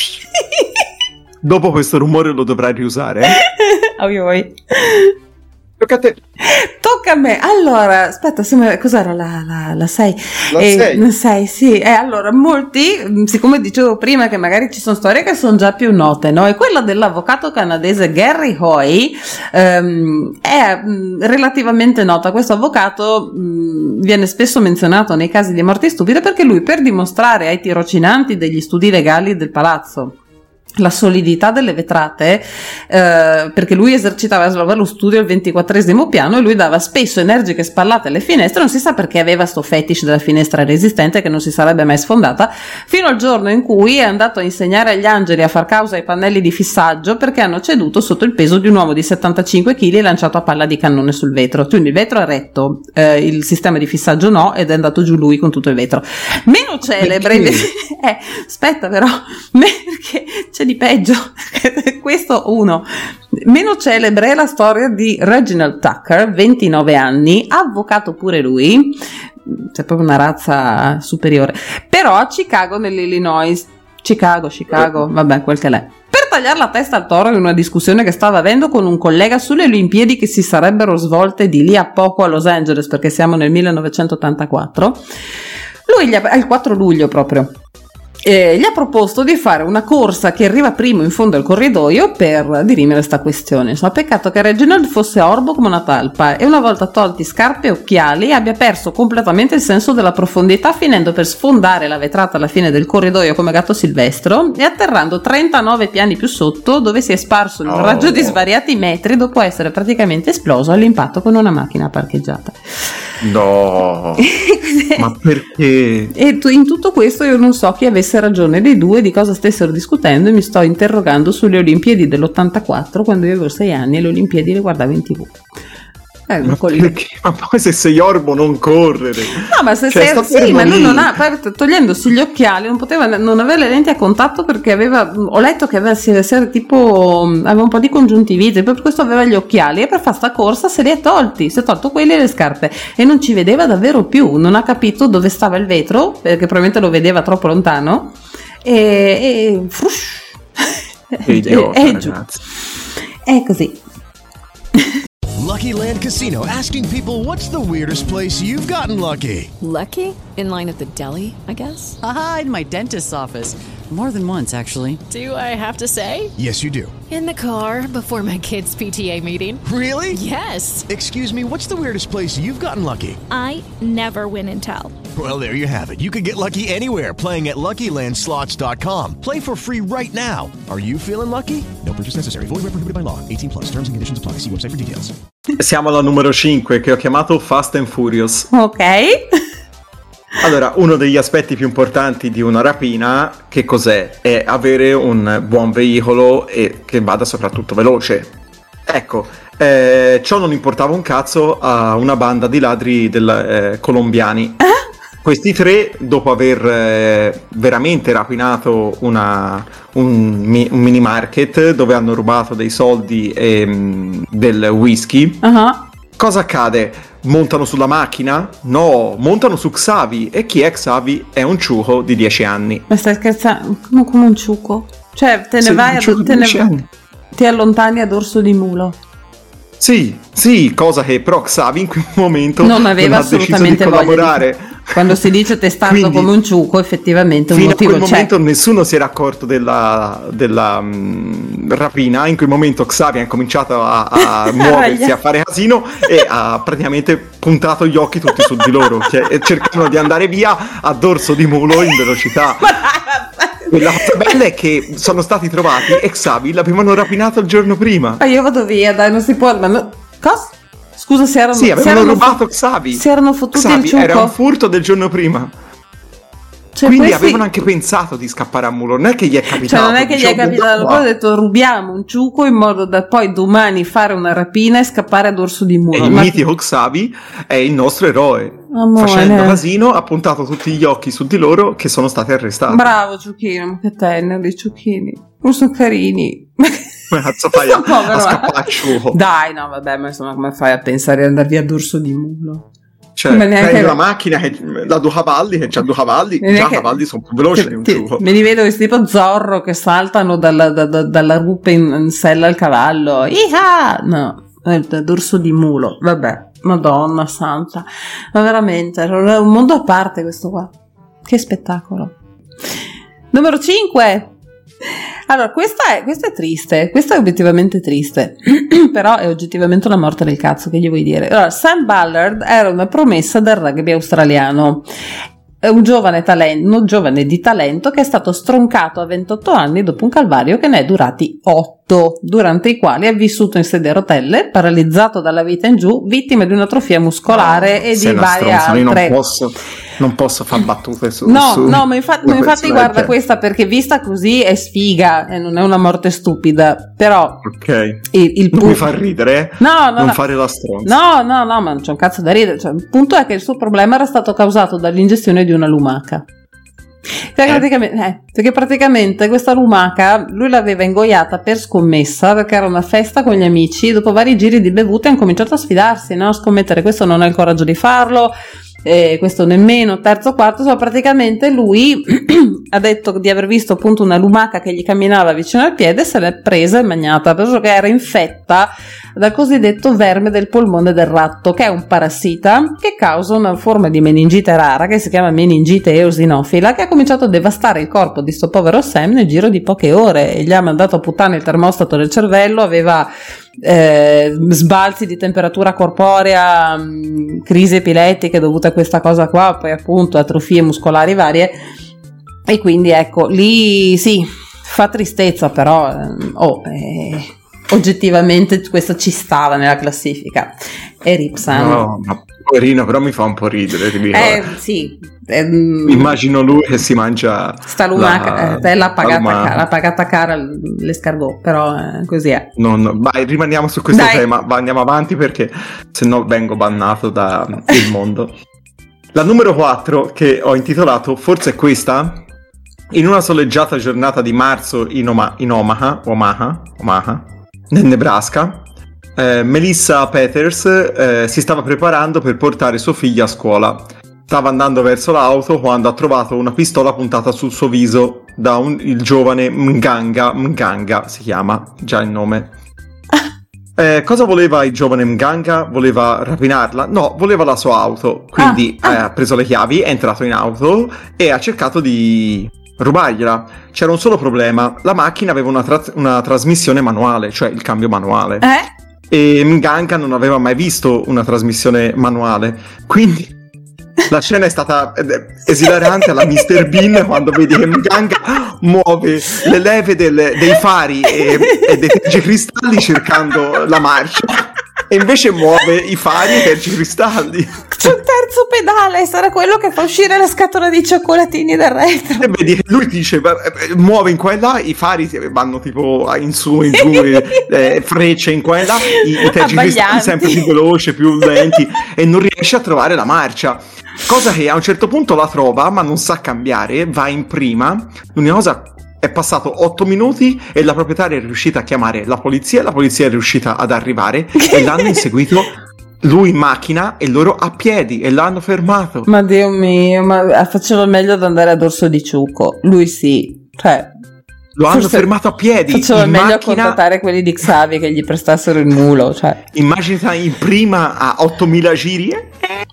Dopo questo rumore lo dovrai riusare. Eh? Oi oi. Tocca a te. Tocca a me. Allora, aspetta, siamo, cos'era la, la, la sei? La sei. La sei, sì. E allora, molti, siccome dicevo prima che magari ci sono storie che sono già più note, no? E quella dell'avvocato canadese Gary Hoy ehm, è mh, relativamente nota. Questo avvocato mh, viene spesso menzionato nei casi di morti stupide perché lui, per dimostrare ai tirocinanti degli studi legali del palazzo la solidità delle vetrate, eh, perché lui esercitava lo studio al ventiquattresimo piano e lui dava spesso energiche spallate alle finestre, non si sa perché aveva sto fetish della finestra resistente che non si sarebbe mai sfondata, fino al giorno in cui è andato a insegnare agli angeli a far causa ai pannelli di fissaggio perché hanno ceduto sotto il peso di un uomo di settantacinque chili lanciato a palla di cannone sul vetro. Quindi il vetro è retto, eh, il sistema di fissaggio no, ed è andato giù lui con tutto il vetro. Meno celebre invece, eh, aspetta però, perché c'è di peggio. Questo uno. Meno celebre è la storia di Reginald Tucker, ventinove anni, avvocato pure lui, c'è proprio una razza superiore, però a Chicago nell'Illinois. Chicago, Chicago, vabbè, quel che l'è. Per tagliare la testa al toro in una discussione che stava avendo con un collega sulle Olimpiadi che si sarebbero svolte di lì a poco a Los Angeles, perché siamo nel millenovecentottantaquattro, lui gli ha, il quattro luglio proprio, Eh, gli ha proposto di fare una corsa che arriva primo in fondo al corridoio per dirimere sta questione. Insomma, peccato che Reginald fosse orbo come una talpa e una volta tolti scarpe e occhiali abbia perso completamente il senso della profondità, finendo per sfondare la vetrata alla fine del corridoio come gatto silvestro e atterrando trentanove piani più sotto, dove si è sparso in un oh. raggio di svariati metri dopo essere praticamente esploso all'impatto con una macchina parcheggiata. No, ma perché? E in tutto questo io non so chi avesse avesse ragione dei due, di cosa stessero discutendo, e mi sto interrogando sulle Olimpiadi dell'ottantaquattro, quando io avevo sei anni e le Olimpiadi le guardavo in tv. Eh, ma, perché? Ma poi se sei orbo non correre. No, ma se cioè, sei sì, ma lui non ha, togliendosi gli occhiali non poteva non avere le lenti a contatto, perché aveva, ho letto che aveva si era tipo aveva un po' di congiuntivite, per questo aveva gli occhiali, e per fare sta corsa se li è tolti, si è tolto quelli e le scarpe, e non ci vedeva davvero più, non ha capito dove stava il vetro, perché probabilmente lo vedeva troppo lontano, e, e frush, che idiota, è giù, è così. Lucky Land Casino, asking people, what's the weirdest place you've gotten lucky? Lucky? In line at the deli, I guess? Aha, in my dentist's office. More than once, actually. Do I have to say? Yes, you do. In the car before my kids' P T A meeting. Really? Yes. Excuse me, what's the weirdest place you've gotten lucky? I never win and tell. Well, there you have it. You can get lucky anywhere, playing at Lucky Land Slots dot com. Play for free right now. Are you feeling lucky? No purchase necessary. Void where prohibited by law. eighteen plus. Terms and conditions apply. See website for details. Siamo alla numero cinque, che ho chiamato Fast and Furious. Ok. Allora, uno degli aspetti più importanti di una rapina, che cos'è? È avere un buon veicolo e che vada soprattutto veloce. Ecco, eh, ciò non importava un cazzo a una banda di ladri del, eh, colombiani. Questi tre, dopo aver eh, veramente rapinato una, un, mi, un mini market dove hanno rubato dei soldi e mh, del whisky, uh-huh. Cosa accade? Montano sulla macchina? No, montano su Xavi. E chi è Xavi? È un ciuco di dieci anni. Ma stai scherzando? Come, come un ciuco? Cioè, te ne sì, vai, a, te ne vai, ti allontani a dorso di mulo. Sì, sì, cosa che però Xavi in quel momento non aveva non ha assolutamente deciso di collaborare. Di... Quando si dice testando Quindi, come un ciuco, effettivamente un fino motivo c'è. In quel momento nessuno si era accorto della, della um, rapina. In quel momento Xavi ha cominciato a, a muoversi, a fare casino, e ha praticamente puntato gli occhi tutti su di loro, cioè, cercando di andare via a dorso di mulo in velocità. La cosa bella è che sono stati trovati e Xavi l'avevano rapinato il giorno prima. Ma io vado via, dai, non si può. Ma no... Cosa? Scusa, se erano, sì, avevano se erano rubato fu- Xavi. Si erano fottuti Xavi il ciuco. Era un furto del giorno prima. Cioè, quindi questi... avevano anche pensato di scappare a mulo. Non è che gli è capitato. Cioè, non è che gli è capitato. Poi ho detto rubiamo un ciuco in modo da poi domani fare una rapina e scappare a dorso di mulo. E il Ma... mitico Xavi è il nostro eroe. Amore. Facendo casino ha puntato tutti gli occhi su di loro, che sono stati arrestati. Bravo Ciuchino, ma che teneri i ciuchini. Non sono carini. Come cazzo fai a, a scappare a ciuco? Dai, no, vabbè, ma insomma, come fai a pensare di andare via a dorso di mulo? Cioè, prendi la macchina che da due cavalli, che c'ha due cavalli, già i cavalli sono più veloci di un ciuco. Me li vedo questi tipo Zorro che saltano dalla, da, da, dalla rupe in, in sella al cavallo. Iha! No, da dorso di mulo. Vabbè, Madonna santa. Ma veramente, è un mondo a parte questo qua. Che spettacolo. Numero cinque. Allora, questa è, questa è triste, questa è obiettivamente triste, però è oggettivamente una morte del cazzo, che gli vuoi dire? Allora, Sam Ballard era una promessa del rugby australiano, è un giovane talento, un giovane di talento che è stato stroncato a ventotto anni dopo un calvario che ne è durati otto, durante i quali ha vissuto in sedia a rotelle, paralizzato dalla vita in giù, vittima di un'atrofia muscolare no, e di varie altre. Io non posso, non posso far battute su no, su no, ma infatti, ma infatti guarda questa, perché vista così è sfiga e non è una morte stupida, però ok, il, il non pu- mi fa ridere, no, no, non no. fare la stronza. No, no, no, ma non c'è un cazzo da ridere, cioè, il punto è che il suo problema era stato causato dall'ingestione di una lumaca. Perché, eh. praticamente, eh, perché praticamente questa lumaca lui l'aveva ingoiata per scommessa, perché era una festa con gli amici, dopo vari giri di bevute hanno cominciato a sfidarsi, no? A scommettere, questo non ha il coraggio di farlo, eh, questo nemmeno, terzo, quarto, so, praticamente lui ha detto di aver visto appunto una lumaca che gli camminava vicino al piede, se l'è presa e mangiata, perché era infetta dal cosiddetto verme del polmone del ratto, che è un parassita che causa una forma di meningite rara che si chiama meningite eosinofila, che ha cominciato a devastare il corpo di sto povero Sam nel giro di poche ore e gli ha mandato a puttane il termostato del cervello, aveva eh, sbalzi di temperatura corporea, mh, crisi epilettiche dovute a questa cosa qua, poi appunto atrofie muscolari varie, e quindi ecco lì sì, fa tristezza, però eh, oh eh, oggettivamente questa ci stava nella classifica. E Ripsan no, ma Poverino, però mi fa un po' ridere. Ti dico, Eh, sì. Ehm, Immagino lui che si mangia sta lumaca, la, eh, l'ha pagata, la ca- l'ha pagata cara l'escargot, però eh, così è. Non, vai, rimaniamo su questo Dai. tema, va, andiamo avanti perché se no vengo bannato dal mondo. La numero quattro che ho intitolato Forse è questa? In una soleggiata giornata di marzo in, Oma- in Omaha, Omaha, Omaha, nel Nebraska, eh, Melissa Peters eh, si stava preparando per portare suo figlio a scuola. Stava andando verso l'auto quando ha trovato una pistola puntata sul suo viso da un, il giovane Mganga, Mganga si chiama, già il nome. Eh, cosa voleva il giovane Mganga? Voleva rapinarla? No, voleva la sua auto. Quindi Ah, ah. eh, ha preso le chiavi, è entrato in auto e ha cercato di rubargliela. C'era un solo problema: la macchina aveva una, tra- una trasmissione manuale, cioè il cambio manuale. Eh? E Mganga non aveva mai visto una trasmissione manuale, quindi la scena è stata esilarante alla mister Bean quando vedi che Mganga muove le leve del- dei fari e, e dei tergicristalli cercando la marcia, e invece muove i fari e i tergicristalli. Sul terzo pedale sarà quello che fa uscire la scatola di cioccolatini dal retro. E vedi che lui dice, eh, muove in qua e là, i fari vanno tipo in su, in giù, eh, frecce in qua e là, i, i tergicristalli Abbaglianti. sempre più veloci, più lenti, e non riesce a trovare la marcia. Cosa che a un certo punto la trova, ma non sa cambiare, va in prima. L'unica cosa, è passato otto minuti e la proprietaria è riuscita a chiamare la polizia, la polizia è riuscita ad arrivare e l'hanno inseguito lui in macchina e loro a piedi e l'hanno fermato. Ma Dio mio, ma faceva meglio ad andare a dorso di ciuco. Lui sì, cioè Lo hanno forse fermato a piedi. faceva in meglio a macchina, contattare quelli di Xavi che gli prestassero il mulo, cioè. Immaginata in prima a ottomila giri. eh?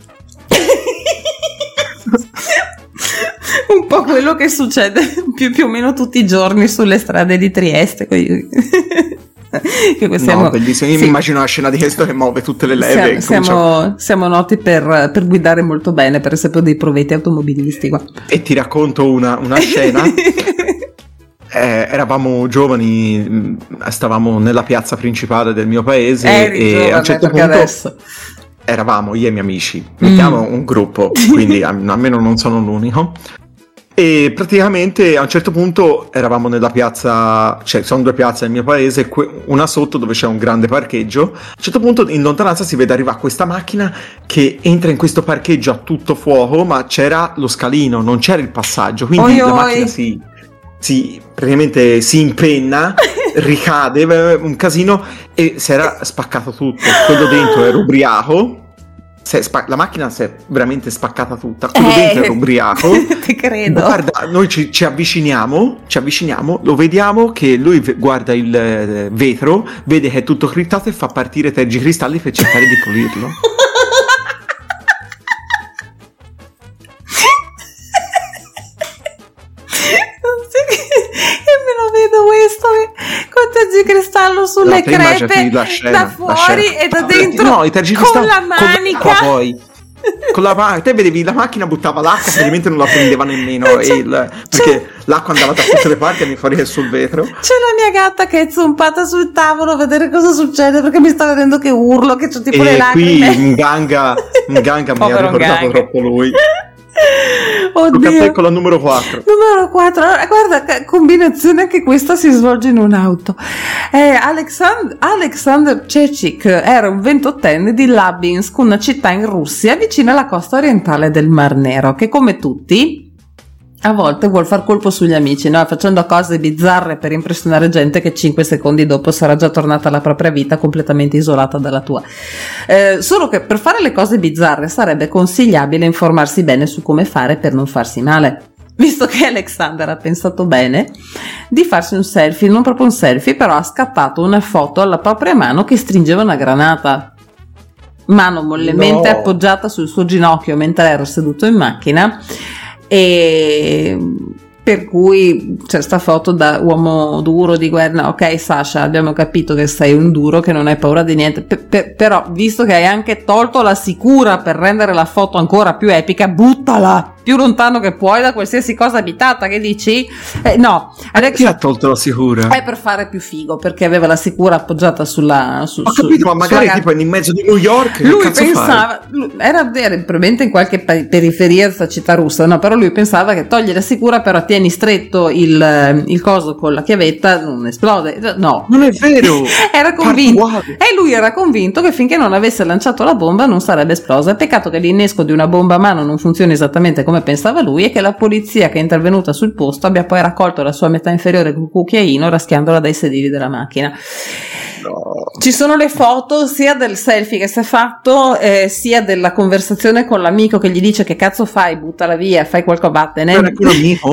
Un po' quello che succede più, più o meno tutti i giorni sulle strade di Trieste. Che siamo, No, bellissimo. Io sì, mi immagino la scena di questo che muove tutte le leve. siamo, e comincia- siamo, siamo noti per, per guidare molto bene, per esempio dei proveti automobilisti qua. E ti racconto una, una scena. Eh, eravamo giovani, mh, stavamo nella piazza principale del mio paese Eri e giovane, a un certo perché punto adesso eravamo io e i miei amici, mettiamo un gruppo, quindi am- almeno non sono l'unico. E praticamente a un certo punto eravamo nella piazza, cioè sono due piazze nel mio paese, que- una sotto dove c'è un grande parcheggio. A un certo punto in lontananza si vede arrivare questa macchina che entra in questo parcheggio a tutto fuoco, ma c'era lo scalino, non c'era il passaggio, quindi Oi, la oi. macchina si, si praticamente si impenna, ricade, un casino, e si era spaccato tutto. Quello dentro era ubriaco. Si è spa- la macchina si è veramente spaccata tutta, quello Eh. dentro era ubriaco. ti credo. Guarda, noi ci, ci avviciniamo, ci avviciniamo, lo vediamo che lui v- guarda il eh, vetro, vede che è tutto crittato e fa partire tergicristalli per cercare di pulirlo. E me lo vedo questo con tergicristallo sulle No, te immaginati crepe la scena, da la fuori scena. e da dentro No, i tergicristalli con la con l'acqua manica. poi. Con la ma- te vedevi la macchina buttava l'acqua, praticamente non la prendeva nemmeno, C'è- e il- perché l'acqua andava da tutte le parti e fuori che sul vetro. C'è la mia gatta che è zompata sul tavolo a vedere cosa succede, perché mi sta vedendo che urlo, che c'ho tipo le E qui lacrime. Nganga, Nganga mi ha Povero ricordato Nganga. troppo lui. Tocca a te Oddio. con la numero quattro. Numero quattro, allora, guarda, che combinazione anche questa si svolge in un'auto. Eh, Alexand- Alexander Chechik era un ventottenne di Labinsk, una città in Russia vicino alla costa orientale del Mar Nero, che come tutti a volte vuol far colpo sugli amici, no? Facendo cose bizzarre per impressionare gente che cinque secondi dopo sarà già tornata alla propria vita completamente isolata dalla tua. Eh, solo che per fare le cose bizzarre sarebbe consigliabile informarsi bene su come fare per non farsi male. Visto che Alexander ha pensato bene di farsi un selfie, non proprio un selfie, però ha scattato una foto alla propria mano che stringeva una granata. Mano mollemente No. appoggiata sul suo ginocchio mentre ero seduto in macchina, e per cui c'è sta foto da uomo duro di guerra. Ok Sasha, abbiamo capito che sei un duro, che non hai paura di niente, P- per- però visto che hai anche tolto la sicura per rendere la foto ancora più epica, buttala, più lontano che puoi da qualsiasi cosa abitata, che dici? Eh, no. Chi ha tolto la sicura? È per fare più figo, perché aveva la sicura appoggiata sulla... Su, Ho capito, su, ma magari tipo in mezzo di New York. Lui cazzo pensava, lui, era, era probabilmente in qualche periferia della città russa, no? Però lui pensava che togli la sicura, però tieni stretto il, il coso con la chiavetta, non esplode. No, non è vero. Era convinto, e lui era convinto che finché non avesse lanciato la bomba non sarebbe esplosa. Peccato che l'innesco di una bomba a mano non funzioni esattamente come pensava lui e che la polizia che è intervenuta sul posto abbia poi raccolto la sua metà inferiore col cucchiaino raschiandola dai sedili della macchina. No. Ci sono le foto sia del selfie che si è fatto, eh, sia della conversazione con l'amico che gli dice: che cazzo fai, buttala via, fai qualcosa, vattene. Era un amico?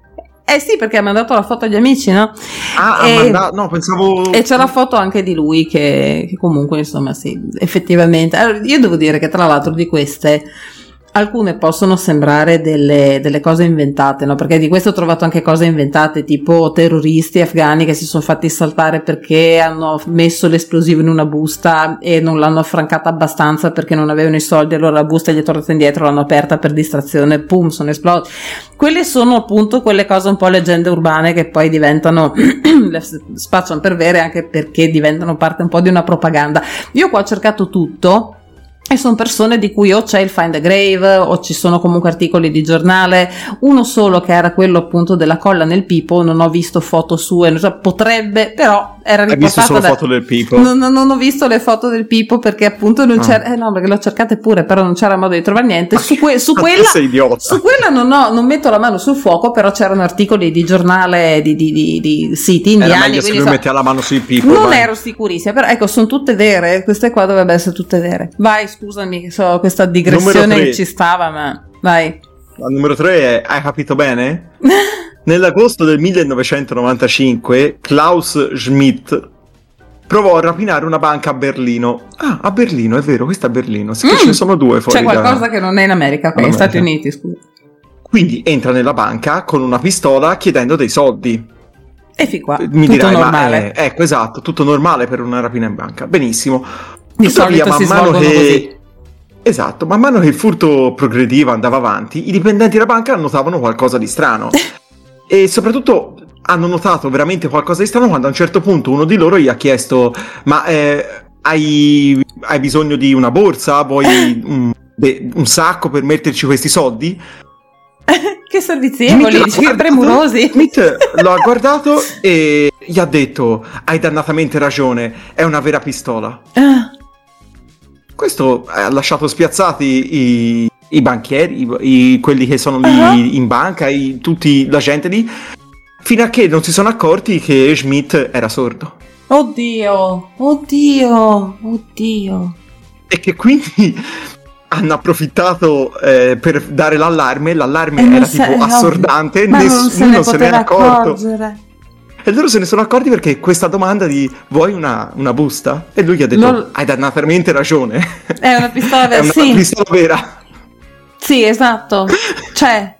Eh sì, perché ha mandato la foto agli amici, no? Ah, e, ha mandato, no, pensavo... E c'è la foto anche di lui che, che comunque, insomma, sì, effettivamente. Allora, io devo dire che tra l'altro di queste... alcune possono sembrare delle, delle cose inventate, no? Perché di questo ho trovato anche cose inventate, tipo terroristi afghani che si sono fatti saltare perché hanno messo l'esplosivo in una busta e non l'hanno affrancata abbastanza perché non avevano i soldi, allora la busta gli è tornata indietro, l'hanno aperta per distrazione, pum, sono esplosi. Quelle sono appunto quelle cose un po' leggende urbane che poi diventano spacciano per vere, anche perché diventano parte un po' di una propaganda. Io qua ho cercato tutto e sono persone di cui o c'è il Find a Grave o ci sono comunque articoli di giornale, uno solo che era quello appunto della colla nel pipo, non ho visto foto sue, cioè, potrebbe, però era riportata. Hai visto solo da... foto del pipo? Non, non, non ho visto le foto del pipo perché appunto non c'era, ah. eh no, perché l'ho cercate pure, però non c'era modo di trovare niente. Su, que... su quella, sei idiota. Su quella non ho, non metto la mano sul fuoco, però c'erano articoli di giornale di, di, di, di siti indiani. Era meglio se lui so... metteva la mano sul pipo. Non vai. ero sicurissima, però ecco, sono tutte vere, queste qua dovrebbero essere tutte vere. Vai, scusami che so questa digressione che ci stava, ma vai. La numero tre è: hai capito bene? Nell'agosto del millenovecentonovantacinque Klaus Schmidt provò a rapinare una banca a Berlino. Ah, a Berlino, è vero, questa è a Berlino. Sì, mm. Ce ne sono due fuori. C'è qualcosa da... che non è in America, qui, negli Stati Uniti, scusa. Quindi entra nella banca con una pistola chiedendo dei soldi. E fin qua, mi tutto dirai, normale. Ma è, ecco, esatto, tutto normale per una rapina in banca. Benissimo. Di Tuttavia, solito si svolgono che... così. Esatto, man mano che il furto progrediva, andava avanti, i dipendenti della banca notavano qualcosa di strano. E soprattutto hanno notato veramente qualcosa di strano quando a un certo punto uno di loro gli ha chiesto: ma eh, hai, hai bisogno di una borsa? Vuoi un, beh, un sacco per metterci questi soldi? Che servizievoli, che premurosi. Smith lo ha guardato e gli ha detto: hai dannatamente ragione, è una vera pistola. Ah. Questo ha lasciato spiazzati i, i banchieri, i, i, quelli che sono lì uh-huh. in banca, i, tutti la gente lì, fino a che non si sono accorti che Schmidt era sordo. Oddio, oddio, oddio. E che quindi hanno approfittato eh, per dare l'allarme, l'allarme e era se, tipo assordante, no, nessuno se ne, se ne è accorto. Accorgere. E loro se ne sono accorti perché questa domanda di vuoi una, una busta? E lui gli ha detto: non... hai dannatamente ragione. È una pistola vera. È una sì. pistola vera. Sì, esatto. C'è.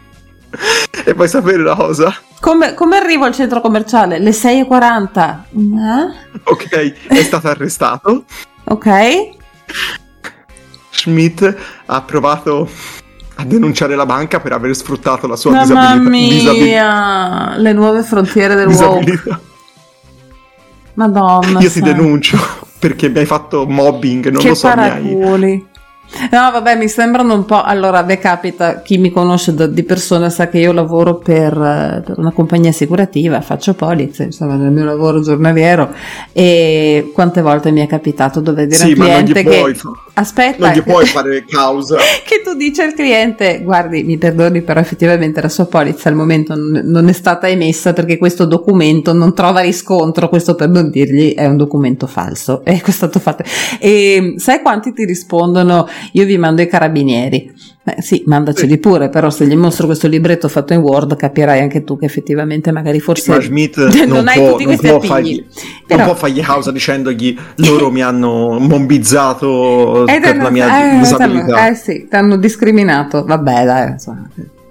E puoi sapere una cosa? Come, come arrivo al centro commerciale? Le sei e quaranta. Eh? Ok, è stato arrestato. Ok. Schmidt ha provato a denunciare la banca per aver sfruttato la sua Mamma disabilità. Mia, disabilità. Le nuove frontiere del disabilità. woke. Madonna. Io sai. ti denuncio perché mi hai fatto mobbing, non che lo so, paraculi. mi hai... No, vabbè, mi sembrano un po'. Allora, a me capita, chi mi conosce da, di persona sa che io lavoro per, per una compagnia assicurativa, faccio polizze, insomma, nel mio lavoro giornaliero. E quante volte mi è capitato dover dire sì, al cliente che puoi fa... aspetta, non gli puoi fare causa. Che tu dici al cliente: guardi, mi perdoni, però effettivamente la sua polizza al momento non, non è stata emessa perché questo documento non trova riscontro. Questo per non dirgli è un documento falso. E questo è stato fatto. E sai quanti ti rispondono: io vi mando i carabinieri. Beh, sì, mandaceli pure, però se gli mostro questo libretto fatto in Word capirai anche tu che effettivamente magari forse ma Schmidt non, non hai può, tutti non questi può appigli. Fargli, però... non può fargli causa dicendogli loro mi hanno mobbizzato eh, per la mia eh, disabilità. Eh sì, ti hanno discriminato. Vabbè, dai, insomma.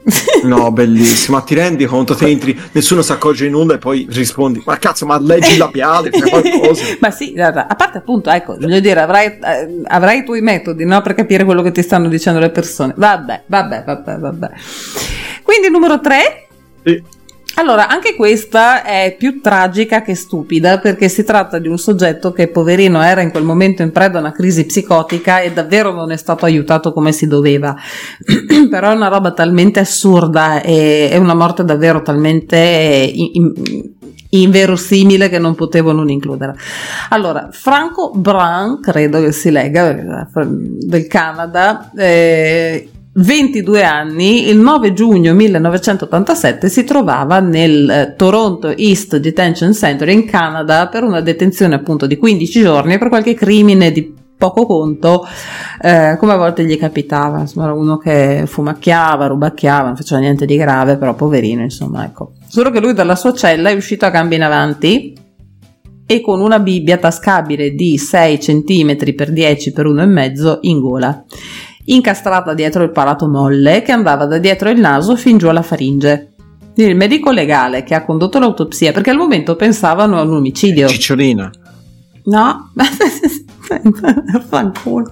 No, bellissimo. Ma ti rendi conto? Te entri, nessuno si accorge di nulla e poi rispondi: ma cazzo, ma leggi il labiale, fai qualcosa. Ma sì, a parte appunto, ecco, voglio dire, avrai, eh, avrai i tuoi metodi, no? Per capire quello che ti stanno dicendo le persone. Vabbè, vabbè, vabbè, vabbè. Quindi numero tre. Sì. Allora, anche questa è più tragica che stupida, perché si tratta di un soggetto che, poverino, era in quel momento in preda a una crisi psicotica e davvero non è stato aiutato come si doveva. Però è una roba talmente assurda e è una morte davvero talmente in, in, inverosimile che non potevo non includere. Allora, Franco Brun, credo che si legga, del Canada, eh, ventidue anni, il nove giugno millenovecentottantasette si trovava nel eh, Toronto East Detention Center in Canada per una detenzione appunto di quindici giorni per qualche crimine di poco conto, eh, come a volte gli capitava. Insomma, era uno che fumacchiava, rubacchiava, non faceva niente di grave, però poverino, insomma, ecco. Solo che lui dalla sua cella è uscito a gambe in avanti e con una Bibbia tascabile di sei centimetri per dieci per uno e mezzo in gola, incastrata dietro il palato molle che andava da dietro il naso fin giù alla faringe. Il medico legale che ha condotto l'autopsia, perché al momento pensavano a un omicidio. Cicciolina. No, fanculo.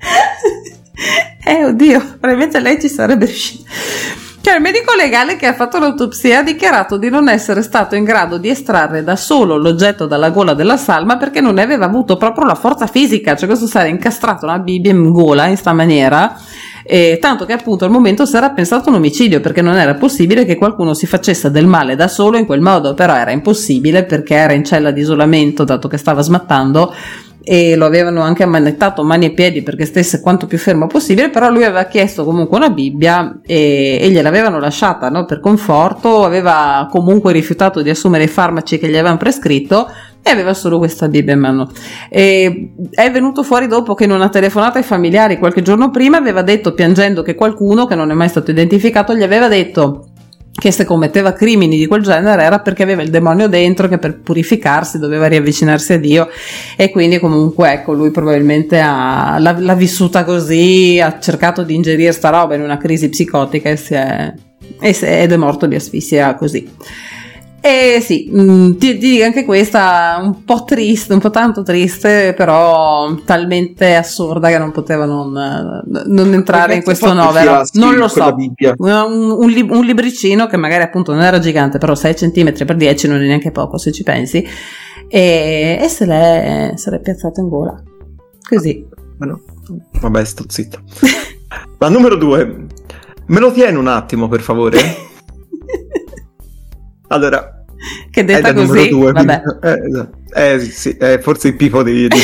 Eh, oddio, probabilmente lei ci sarebbe riuscita. Cioè, il medico legale che ha fatto l'autopsia ha dichiarato di non essere stato in grado di estrarre da solo l'oggetto dalla gola della salma perché non ne aveva avuto proprio la forza fisica. Cioè, questo sarà incastrato una Bibbia in gola in sta maniera, e tanto che appunto al momento si era pensato un omicidio, perché non era possibile che qualcuno si facesse del male da solo in quel modo. Però era impossibile perché era in cella di isolamento, dato che stava smattando, e lo avevano anche ammanettato mani e piedi perché stesse quanto più fermo possibile. Però lui aveva chiesto comunque una Bibbia e, e gliel'avevano lasciata, no? Per conforto. Aveva comunque rifiutato di assumere i farmaci che gli avevano prescritto e aveva solo questa Bibbia in mano. E è venuto fuori dopo che in una telefonata ai familiari qualche giorno prima aveva detto, piangendo, che qualcuno, che non è mai stato identificato, gli aveva detto che se commetteva crimini di quel genere era perché aveva il demonio dentro, che per purificarsi doveva riavvicinarsi a Dio. E quindi comunque, ecco, lui probabilmente ha, l'ha, l'ha vissuta così, ha cercato di ingerire sta roba in una crisi psicotica e si è, e si è, ed è morto di asfissia così. E sì, mh, ti, ti dico anche questa un po' triste, un po' tanto triste, però talmente assurda che non poteva non, non entrare in questo novero. Non lo so, un, un, li, un libricino che magari appunto non era gigante, però sei centimetri per dieci non è neanche poco se ci pensi, e, e se l'è, se l'è piazzato in gola così. Bueno, vabbè, sto zitto. La numero due, me lo tieni un attimo per favore? Allora, che detta così, due, vabbè. Eh, eh sì, è forse il Pippo di, di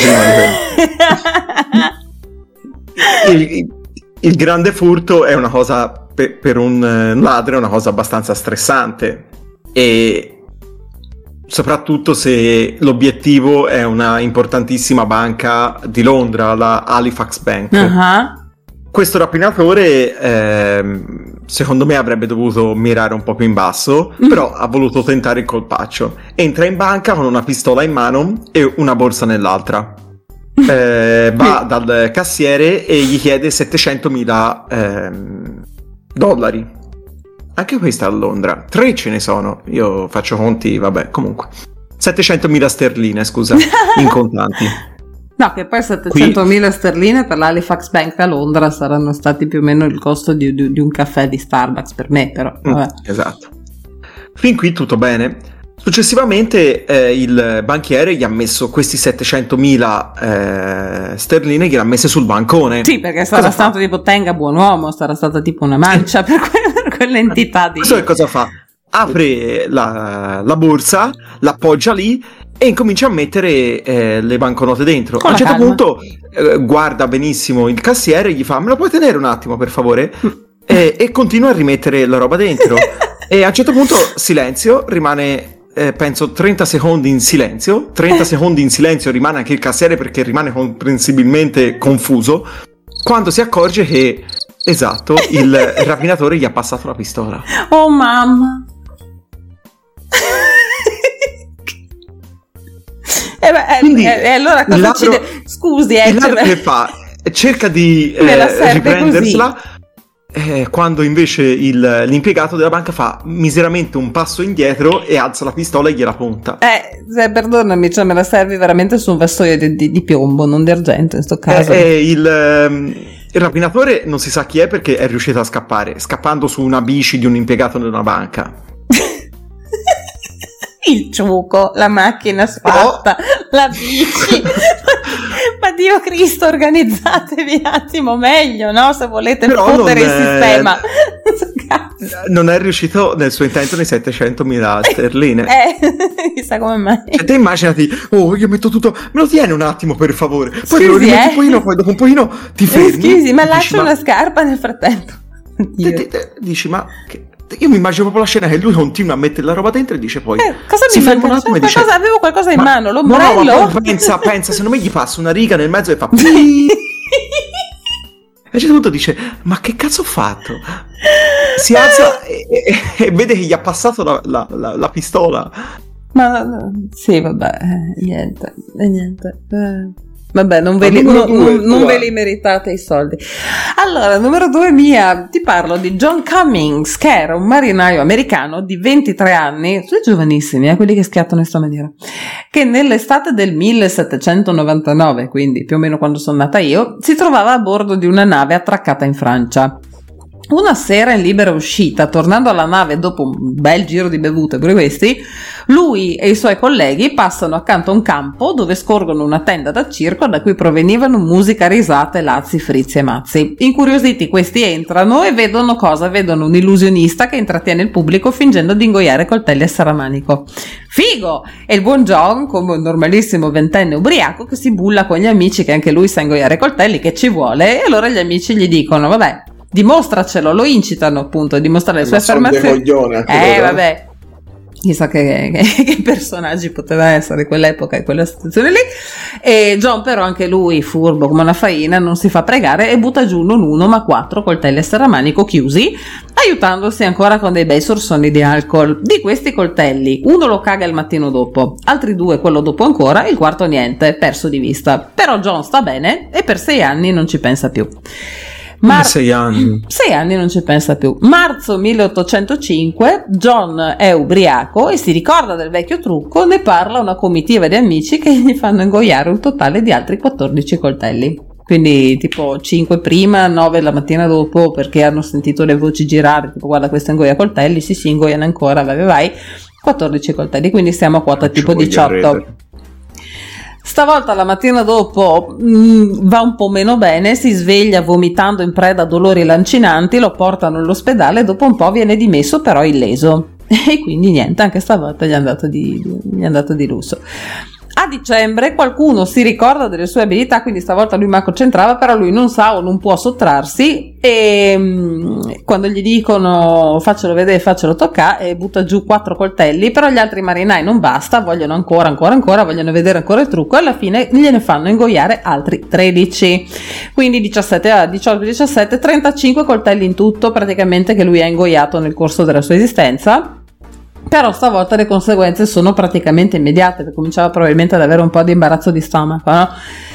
il, il, il grande furto è una cosa, per, per un ladro è una cosa abbastanza stressante, e soprattutto se l'obiettivo è una importantissima banca di Londra, la Halifax Bank. Uh-huh. Questo rapinatore, eh, secondo me, avrebbe dovuto mirare un po' più in basso, mm. però ha voluto tentare il colpaccio. Entra in banca con una pistola in mano e una borsa nell'altra. Eh, va dal cassiere e gli chiede settecentomila eh, dollari. Anche questa a Londra. Tre ce ne sono. Io faccio conti, vabbè, comunque. settecentomila sterline, scusa, in contanti. No, che poi settecentomila sterline per l'Halifax Bank a Londra saranno stati più o meno il costo di, di, di un caffè di Starbucks per me, però vabbè. Mm, esatto. Fin qui tutto bene. Successivamente eh, il banchiere gli ha messo questi settecentomila eh, sterline, gliel'ha messe sul bancone. Sì, perché sarà cosa stato fa? Tipo tenga buon uomo, sarà stata tipo una mancia per, que- per quell'entità di... So che cosa fa? Apre la, la borsa, l'appoggia lì e incomincia a mettere eh, le banconote dentro. Con a un certo calma. punto eh, guarda benissimo il cassiere e gli fa: me lo puoi tenere un attimo per favore? e, e continua a rimettere la roba dentro. E a un certo punto silenzio, rimane eh, penso trenta secondi in silenzio, trenta secondi in silenzio, rimane anche il cassiere perché rimane comprensibilmente confuso, quando si accorge che, esatto, il rapinatore gli ha passato la pistola. Oh mamma. E beh, Quindi, eh, eh, allora cosa ladro, ci de- scusi eh, il ladro cioè, che fa? Cerca di eh, riprendersela, così. Eh, quando invece il, l'impiegato della banca fa miseramente un passo indietro e alza la pistola e gliela punta. Eh, se, perdonami, cioè me la servi veramente su un vassoio di, di, di piombo, non di argento in sto caso. Eh, eh, il, um, il rapinatore non si sa chi è perché è riuscito a scappare, scappando su una bici di un impiegato di una banca. Il ciuco, la macchina sfatta, oh. La bici. Ma Dio Cristo, organizzatevi un attimo meglio, no? Se volete fottere il sistema. Non è riuscito nel suo intento nei settecentomila sterline. Eh, chissà come mai. Cioè, te immaginati, oh, io metto tutto, me lo tieni un attimo per favore. Poi Scusi, te lo rimetti eh? un pochino, poi dopo un pochino ti fermi. Scusi, ma dici, lascio ma... una scarpa nel frattempo. Te, te, te, dici, ma... Che... Io mi immagino proprio la scena che lui continua a mettere la roba dentro e dice poi eh, cosa si mi ferma un attimo e dice qualcosa, avevo qualcosa in ma, mano, l'ombrello. No, no, ma pensa, pensa, secondo me gli passa una riga nel mezzo e fa e a un certo punto dice ma che cazzo ho fatto? Si alza e, e, e vede che gli ha passato la, la, la, la pistola. Ma sì, vabbè, niente, niente. Eh. Vabbè, non ve, li, due, non, non, non ve li meritate i soldi. Allora, numero due mia, ti parlo di John Cummings, che era un marinaio americano di ventitré anni, sono giovanissimi, eh, quelli che schiattano in questa maniera, che nell'estate del millesettecentonovantanove, quindi più o meno quando sono nata io, si trovava a bordo di una nave attraccata in Francia. Una sera in libera uscita, tornando alla nave dopo un bel giro di bevute pure questi, lui e i suoi colleghi passano accanto a un campo dove scorgono una tenda da circo da cui provenivano musica, risate, lazzi, frizzi e mazzi. Incuriositi questi entrano e vedono cosa? Vedono un illusionista che intrattiene il pubblico fingendo di ingoiare coltelli a serramanico. Figo! E il buon John, come un normalissimo ventenne ubriaco, che si bulla con gli amici che anche lui sa ingoiare coltelli, che ci vuole, e allora gli amici gli dicono, vabbè, dimostracelo, lo incitano appunto a dimostrare le sue affermazioni. Eh vabbè, chissà che, che, che personaggi poteva essere quell'epoca e quella situazione lì. E John però, anche lui furbo come una faina, non si fa pregare e butta giù non uno ma quattro coltelli a serramanico chiusi, aiutandosi ancora con dei bei sorsoni di alcol. Di questi coltelli uno lo caga il mattino dopo, altri due quello dopo ancora, il quarto niente, perso di vista. Però John sta bene e per sei anni non ci pensa più. Mar- sei anni sei anni non ci pensa più. Marzo milleottocentocinque, John è ubriaco e si ricorda del vecchio trucco, ne parla a una comitiva di amici che gli fanno ingoiare un totale di altri quattordici coltelli. Quindi tipo cinque prima, nove la mattina dopo, perché hanno sentito le voci girare, tipo guarda questo ingoia coltelli, sì sì ingoiano ancora, vai vai vai, quattordici coltelli, quindi siamo a quota tipo diciotto. Stavolta la mattina dopo mh, va un po' meno bene, si sveglia vomitando in preda a dolori lancinanti, lo portano all'ospedale e dopo un po' viene dimesso però illeso. E quindi niente, anche stavolta gli è andato di, gli è andato di lusso. A dicembre qualcuno si ricorda delle sue abilità, quindi stavolta lui manco c'entrava, però lui non sa o non può sottrarsi e mh, quando gli dicono faccelo vedere, faccelo toccare, e butta giù quattro coltelli, però gli altri marinai non basta, vogliono ancora, ancora, ancora, vogliono vedere ancora il trucco e alla fine gliene fanno ingoiare altri tredici, quindi diciassette, diciotto, diciassette, trentacinque coltelli in tutto praticamente che lui ha ingoiato nel corso della sua esistenza. Però stavolta le conseguenze sono praticamente immediate, perché cominciava probabilmente ad avere un po' di imbarazzo di stomaco, no?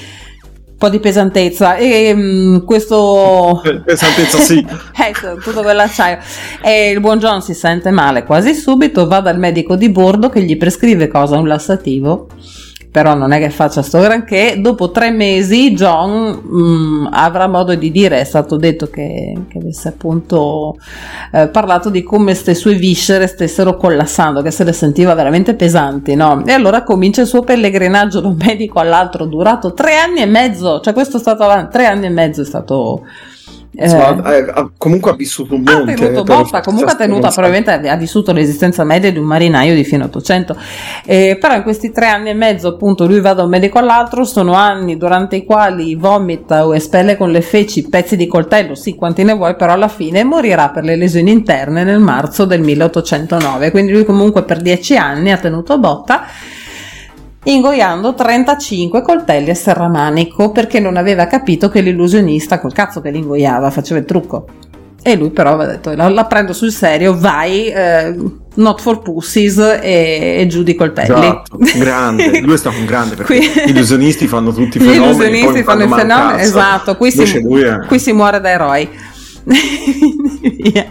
Un po' di pesantezza e um, questo pesantezza sì ecco, tutto quell'acciaio, e il buon John si sente male quasi subito, va dal medico di bordo che gli prescrive cosa? Un lassativo, però non è che faccia sto granché. Dopo tre mesi John mh, avrà modo di dire, è stato detto che, che avesse appunto eh, parlato di come ste sue viscere stessero collassando, che se le sentiva veramente pesanti, no? E allora comincia il suo pellegrinaggio da un medico all'altro, durato tre anni e mezzo, cioè questo è stato avanti, tre anni e mezzo è stato... Eh, ha, comunque ha vissuto un monte, ha tenuto botta, comunque ha tenuto, probabilmente ha vissuto l'esistenza media di un marinaio di fine ottocento, eh, però in questi tre anni e mezzo appunto lui va da un medico all'altro, sono anni durante i quali vomita o espelle con le feci pezzi di coltello, sì quanti ne vuoi, però alla fine morirà per le lesioni interne nel marzo del milleottocentonove, quindi lui comunque per dieci anni ha tenuto botta ingoiando trentacinque coltelli a serramanico, perché non aveva capito che l'illusionista col cazzo che li ingoiava faceva il trucco, e lui però aveva detto la, la prendo sul serio, vai, eh, not for pussies, e, e giù di coltelli. Esatto, grande, lui è stato un grande, perché qui, gli illusionisti fanno tutti i fenomeni, gli illusionisti fanno i fenomeni, esatto, qui si, è... qui si muore da eroi. Via.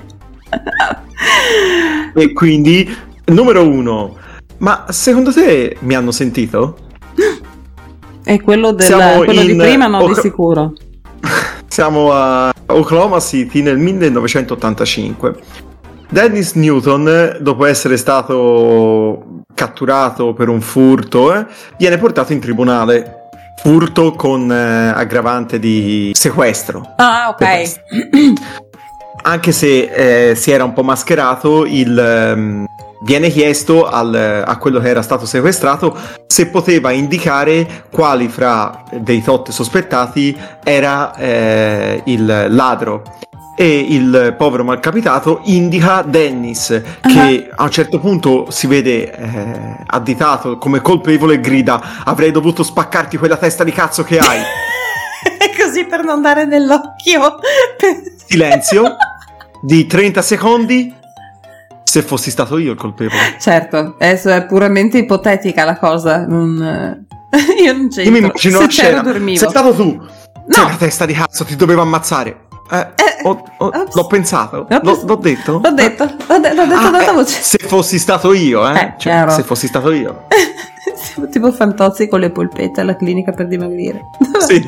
E quindi, numero uno, ma secondo te mi hanno sentito? È quello, del, quello in, di prima, no, Oc- di sicuro. Siamo a Oklahoma City nel millenovecentottantacinque. Dennis Newton, dopo essere stato catturato per un furto, eh, viene portato in tribunale. Furto con eh, aggravante di sequestro. Ah, ok. Anche se eh, si era un po' mascherato, il, um, viene chiesto al, a quello che era stato sequestrato se poteva indicare quali fra dei tot sospettati era eh, il ladro. E il povero malcapitato indica Dennis, che uh-huh. a un certo punto si vede eh, additato come colpevole e grida: avrei dovuto spaccarti quella testa di cazzo che hai. E così per non dare nell'occhio. Silenzio di trenta secondi. Se fossi stato io il colpevole. Certo, adesso è puramente ipotetica la cosa. Non... io non c'entro. Io mi immagino se la scena. dormivo. Sei stato tu. No. Sei una testa di cazzo, ti dovevo ammazzare. Eh, Eh, ho, ho, l'ho pensato, L'ho l'ho, l'ho detto. L'ho detto, l'ho, de- l'ho detto Ah, ad alta eh, voce. se fossi stato io, eh, Eh, cioè, chiaro. se fossi stato io. Siamo tipo Fantozzi con le polpette alla clinica per dimagrire. Sì.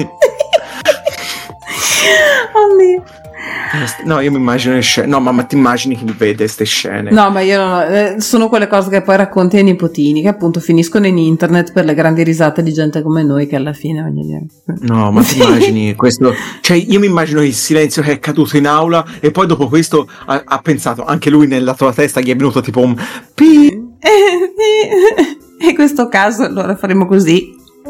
Oddio. No, io mi immagino le scene. No, ma, ma ti immagini chi vede ste scene? No, ma io non eh, sono quelle cose che poi racconti ai nipotini, che appunto finiscono in internet per le grandi risate di gente come noi, che alla fine voglio dire. No, ma ti immagini questo? Cioè, io mi immagino il silenzio che è caduto in aula e poi dopo questo ha, ha pensato, anche lui nella tua testa gli è venuto tipo un pi. E in questo caso allora faremo così.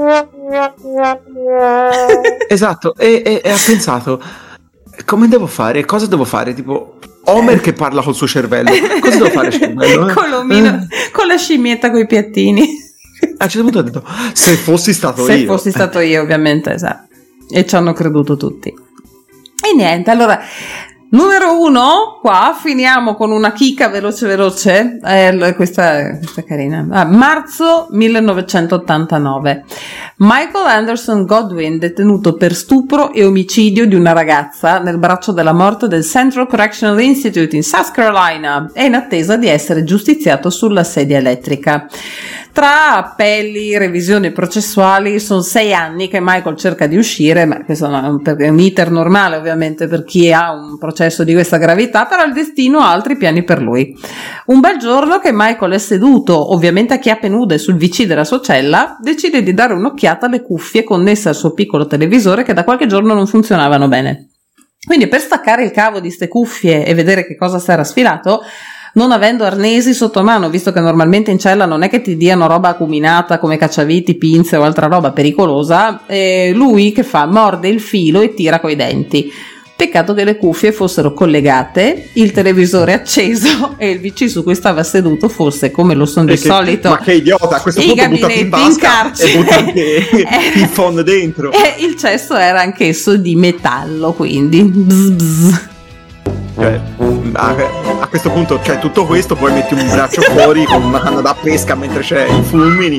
Esatto, e, e, e ha pensato: come devo fare? Cosa devo fare? Tipo Homer che parla col suo cervello. Cosa devo fare cervello? Eh? Con l'omino, eh. con la scimmietta coi piattini. A un certo punto ha detto: se fossi stato se io. Se fossi stato io, ovviamente, esatto. E ci hanno creduto tutti. E niente, allora numero uno, qua finiamo con una chicca veloce veloce, eh, questa, questa è carina. Ah, marzo millenovecentottantanove, Michael Anderson Godwin, detenuto per stupro e omicidio di una ragazza nel braccio della morte del Central Correctional Institute in South Carolina, è in attesa di essere giustiziato sulla sedia elettrica. Tra appelli, revisioni processuali, sono sei anni che Michael cerca di uscire, ma questo è un iter normale ovviamente per chi ha un processo di questa gravità, però il destino ha altri piani per lui. Un bel giorno che Michael è seduto, ovviamente a chiappe nude, sul V C della sua cella, decide di dare un'occhiata alle cuffie connesse al suo piccolo televisore che da qualche giorno non funzionavano bene. Quindi per staccare il cavo di ste cuffie e vedere che cosa si era sfilato, non avendo arnesi sotto mano, visto che normalmente in cella non è che ti diano roba acuminata come cacciaviti, pinze o altra roba pericolosa, eh, lui che fa? Morde il filo e tira coi denti. Peccato che le cuffie fossero collegate, il televisore acceso e il V C su cui stava seduto fosse, come lo sono di che, solito, ma che idiota, a questo i punto buttati in gabinetti in vasca carcere e buttati il phon dentro. E il cesso era anch'esso di metallo, quindi bzz bzz. Cioè, a, a questo punto c'è cioè, tutto questo, poi metti un braccio fuori con una canna da pesca mentre c'è i fulmini.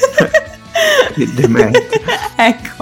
Che demente. Ecco,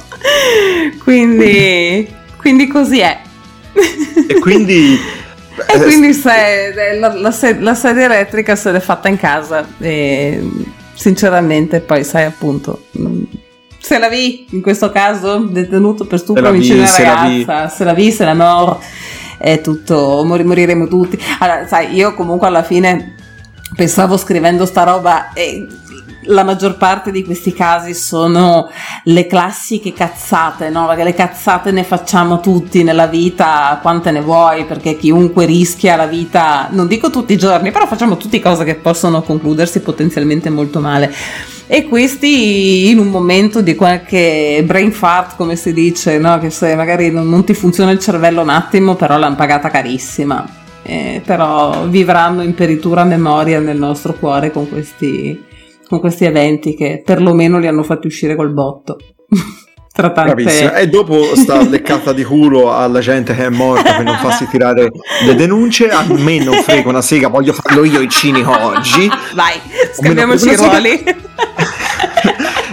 quindi quindi così è. E quindi e quindi se, la, la, la sedia elettrica se l'è fatta in casa e sinceramente poi sai appunto se la vi in questo caso detenuto per stupro omicidio di una ragazza, se la vi, se la mor è tutto, mor- moriremo tutti. Allora sai, io comunque alla fine pensavo scrivendo sta roba e la maggior parte di questi casi sono le classiche cazzate, no? Perché le cazzate ne facciamo tutti nella vita, quante ne vuoi, perché chiunque rischia la vita, non dico tutti i giorni, però facciamo tutte cose che possono concludersi potenzialmente molto male. E questi in un momento di qualche brain fart, come si dice, no? Che se magari non, non ti funziona il cervello un attimo, però l'hanno pagata carissima. Eh, però vivranno in peritura memoria nel nostro cuore con questi con questi eventi che perlomeno li hanno fatti uscire col botto. Tra tante... Bravissima. E dopo sta leccata di culo alla gente che è morta per non farsi tirare le denunce. A me non frega una sega, voglio farlo io il cinico oggi. Vai, scambiamoci i ruoli.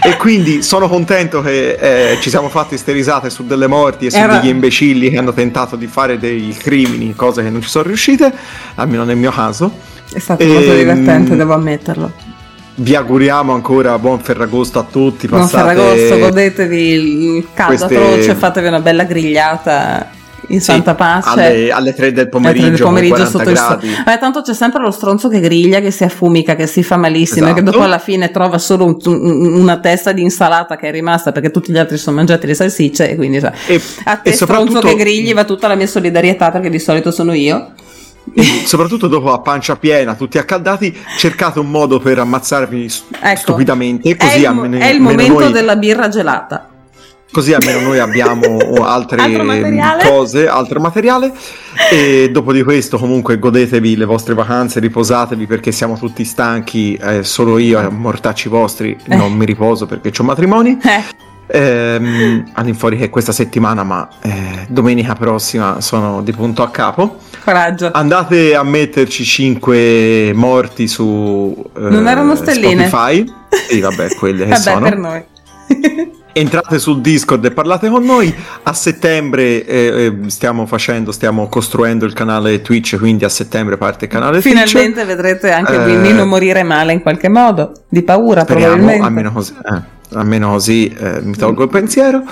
E quindi sono contento che eh, ci siamo fatti ste risate su delle morti e su Era... degli imbecilli che hanno tentato di fare dei crimini, cose che non ci sono riuscite, almeno nel mio caso. È stato e, molto divertente, devo ammetterlo. Vi auguriamo ancora buon Ferragosto a tutti. Buon Passate Ferragosto, godetevi il caldo queste... atroce, fatevi una bella grigliata in sì, santa pace alle, alle tre del pomeriggio, alle tre del pomeriggio sotto il sole. Beh, tanto c'è sempre lo stronzo che griglia, che si affumica, che si fa malissimo, esatto. E che dopo alla fine trova solo un, un, una testa di insalata che è rimasta perché tutti gli altri sono mangiati le salsicce, e quindi cioè, e, a te e stronzo che grigli va tutta la mia solidarietà, perché di solito sono io. E soprattutto dopo a pancia piena, tutti accaldati, cercate un modo per ammazzarvi ecco, stupidamente, così è il, almeno, è il momento noi... della birra gelata. Così almeno noi abbiamo altre altro materiale? cose, altro materiale. E dopo di questo comunque godetevi le vostre vacanze, riposatevi perché siamo tutti stanchi, eh, solo io a mortacci vostri eh. non mi riposo perché c'ho matrimoni. Eh. Ehm, all'infuori che questa settimana, ma eh, domenica prossima sono di punto a capo. Coraggio. Andate a metterci cinque morti su eh, non erano stelline Spotify. Sì, vabbè, quelle che vabbè, sono per noi. Entrate sul Discord e parlate con noi. A settembre eh, stiamo facendo, stiamo costruendo il canale Twitch, quindi a settembre parte il canale finalmente Twitch. Finalmente vedrete anche eh, Binnino morire male in qualche modo, di paura speriamo, probabilmente. Almeno così, eh, almeno così eh, mi tolgo il pensiero.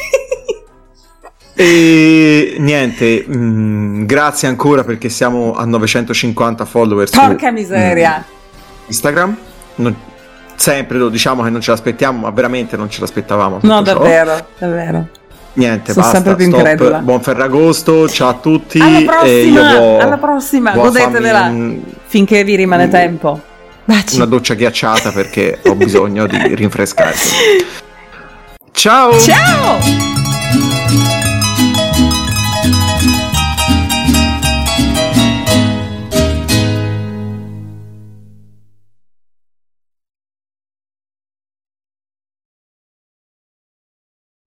E niente, mh, grazie ancora perché siamo a novecentocinquanta follower. Porca su, miseria. Mh, Instagram. Non, sempre lo diciamo che non ce l'aspettiamo, ma veramente non ce l'aspettavamo. No, davvero, ciò. davvero. Niente, sono basta, sempre più stop. incredula. Buon Ferragosto, ciao a tutti. Alla prossima, e io vo, alla prossima, godetevela un, finché vi rimane un, tempo. Baci. Una doccia ghiacciata perché ho bisogno di rinfrescarmi. Ciao! Ciao!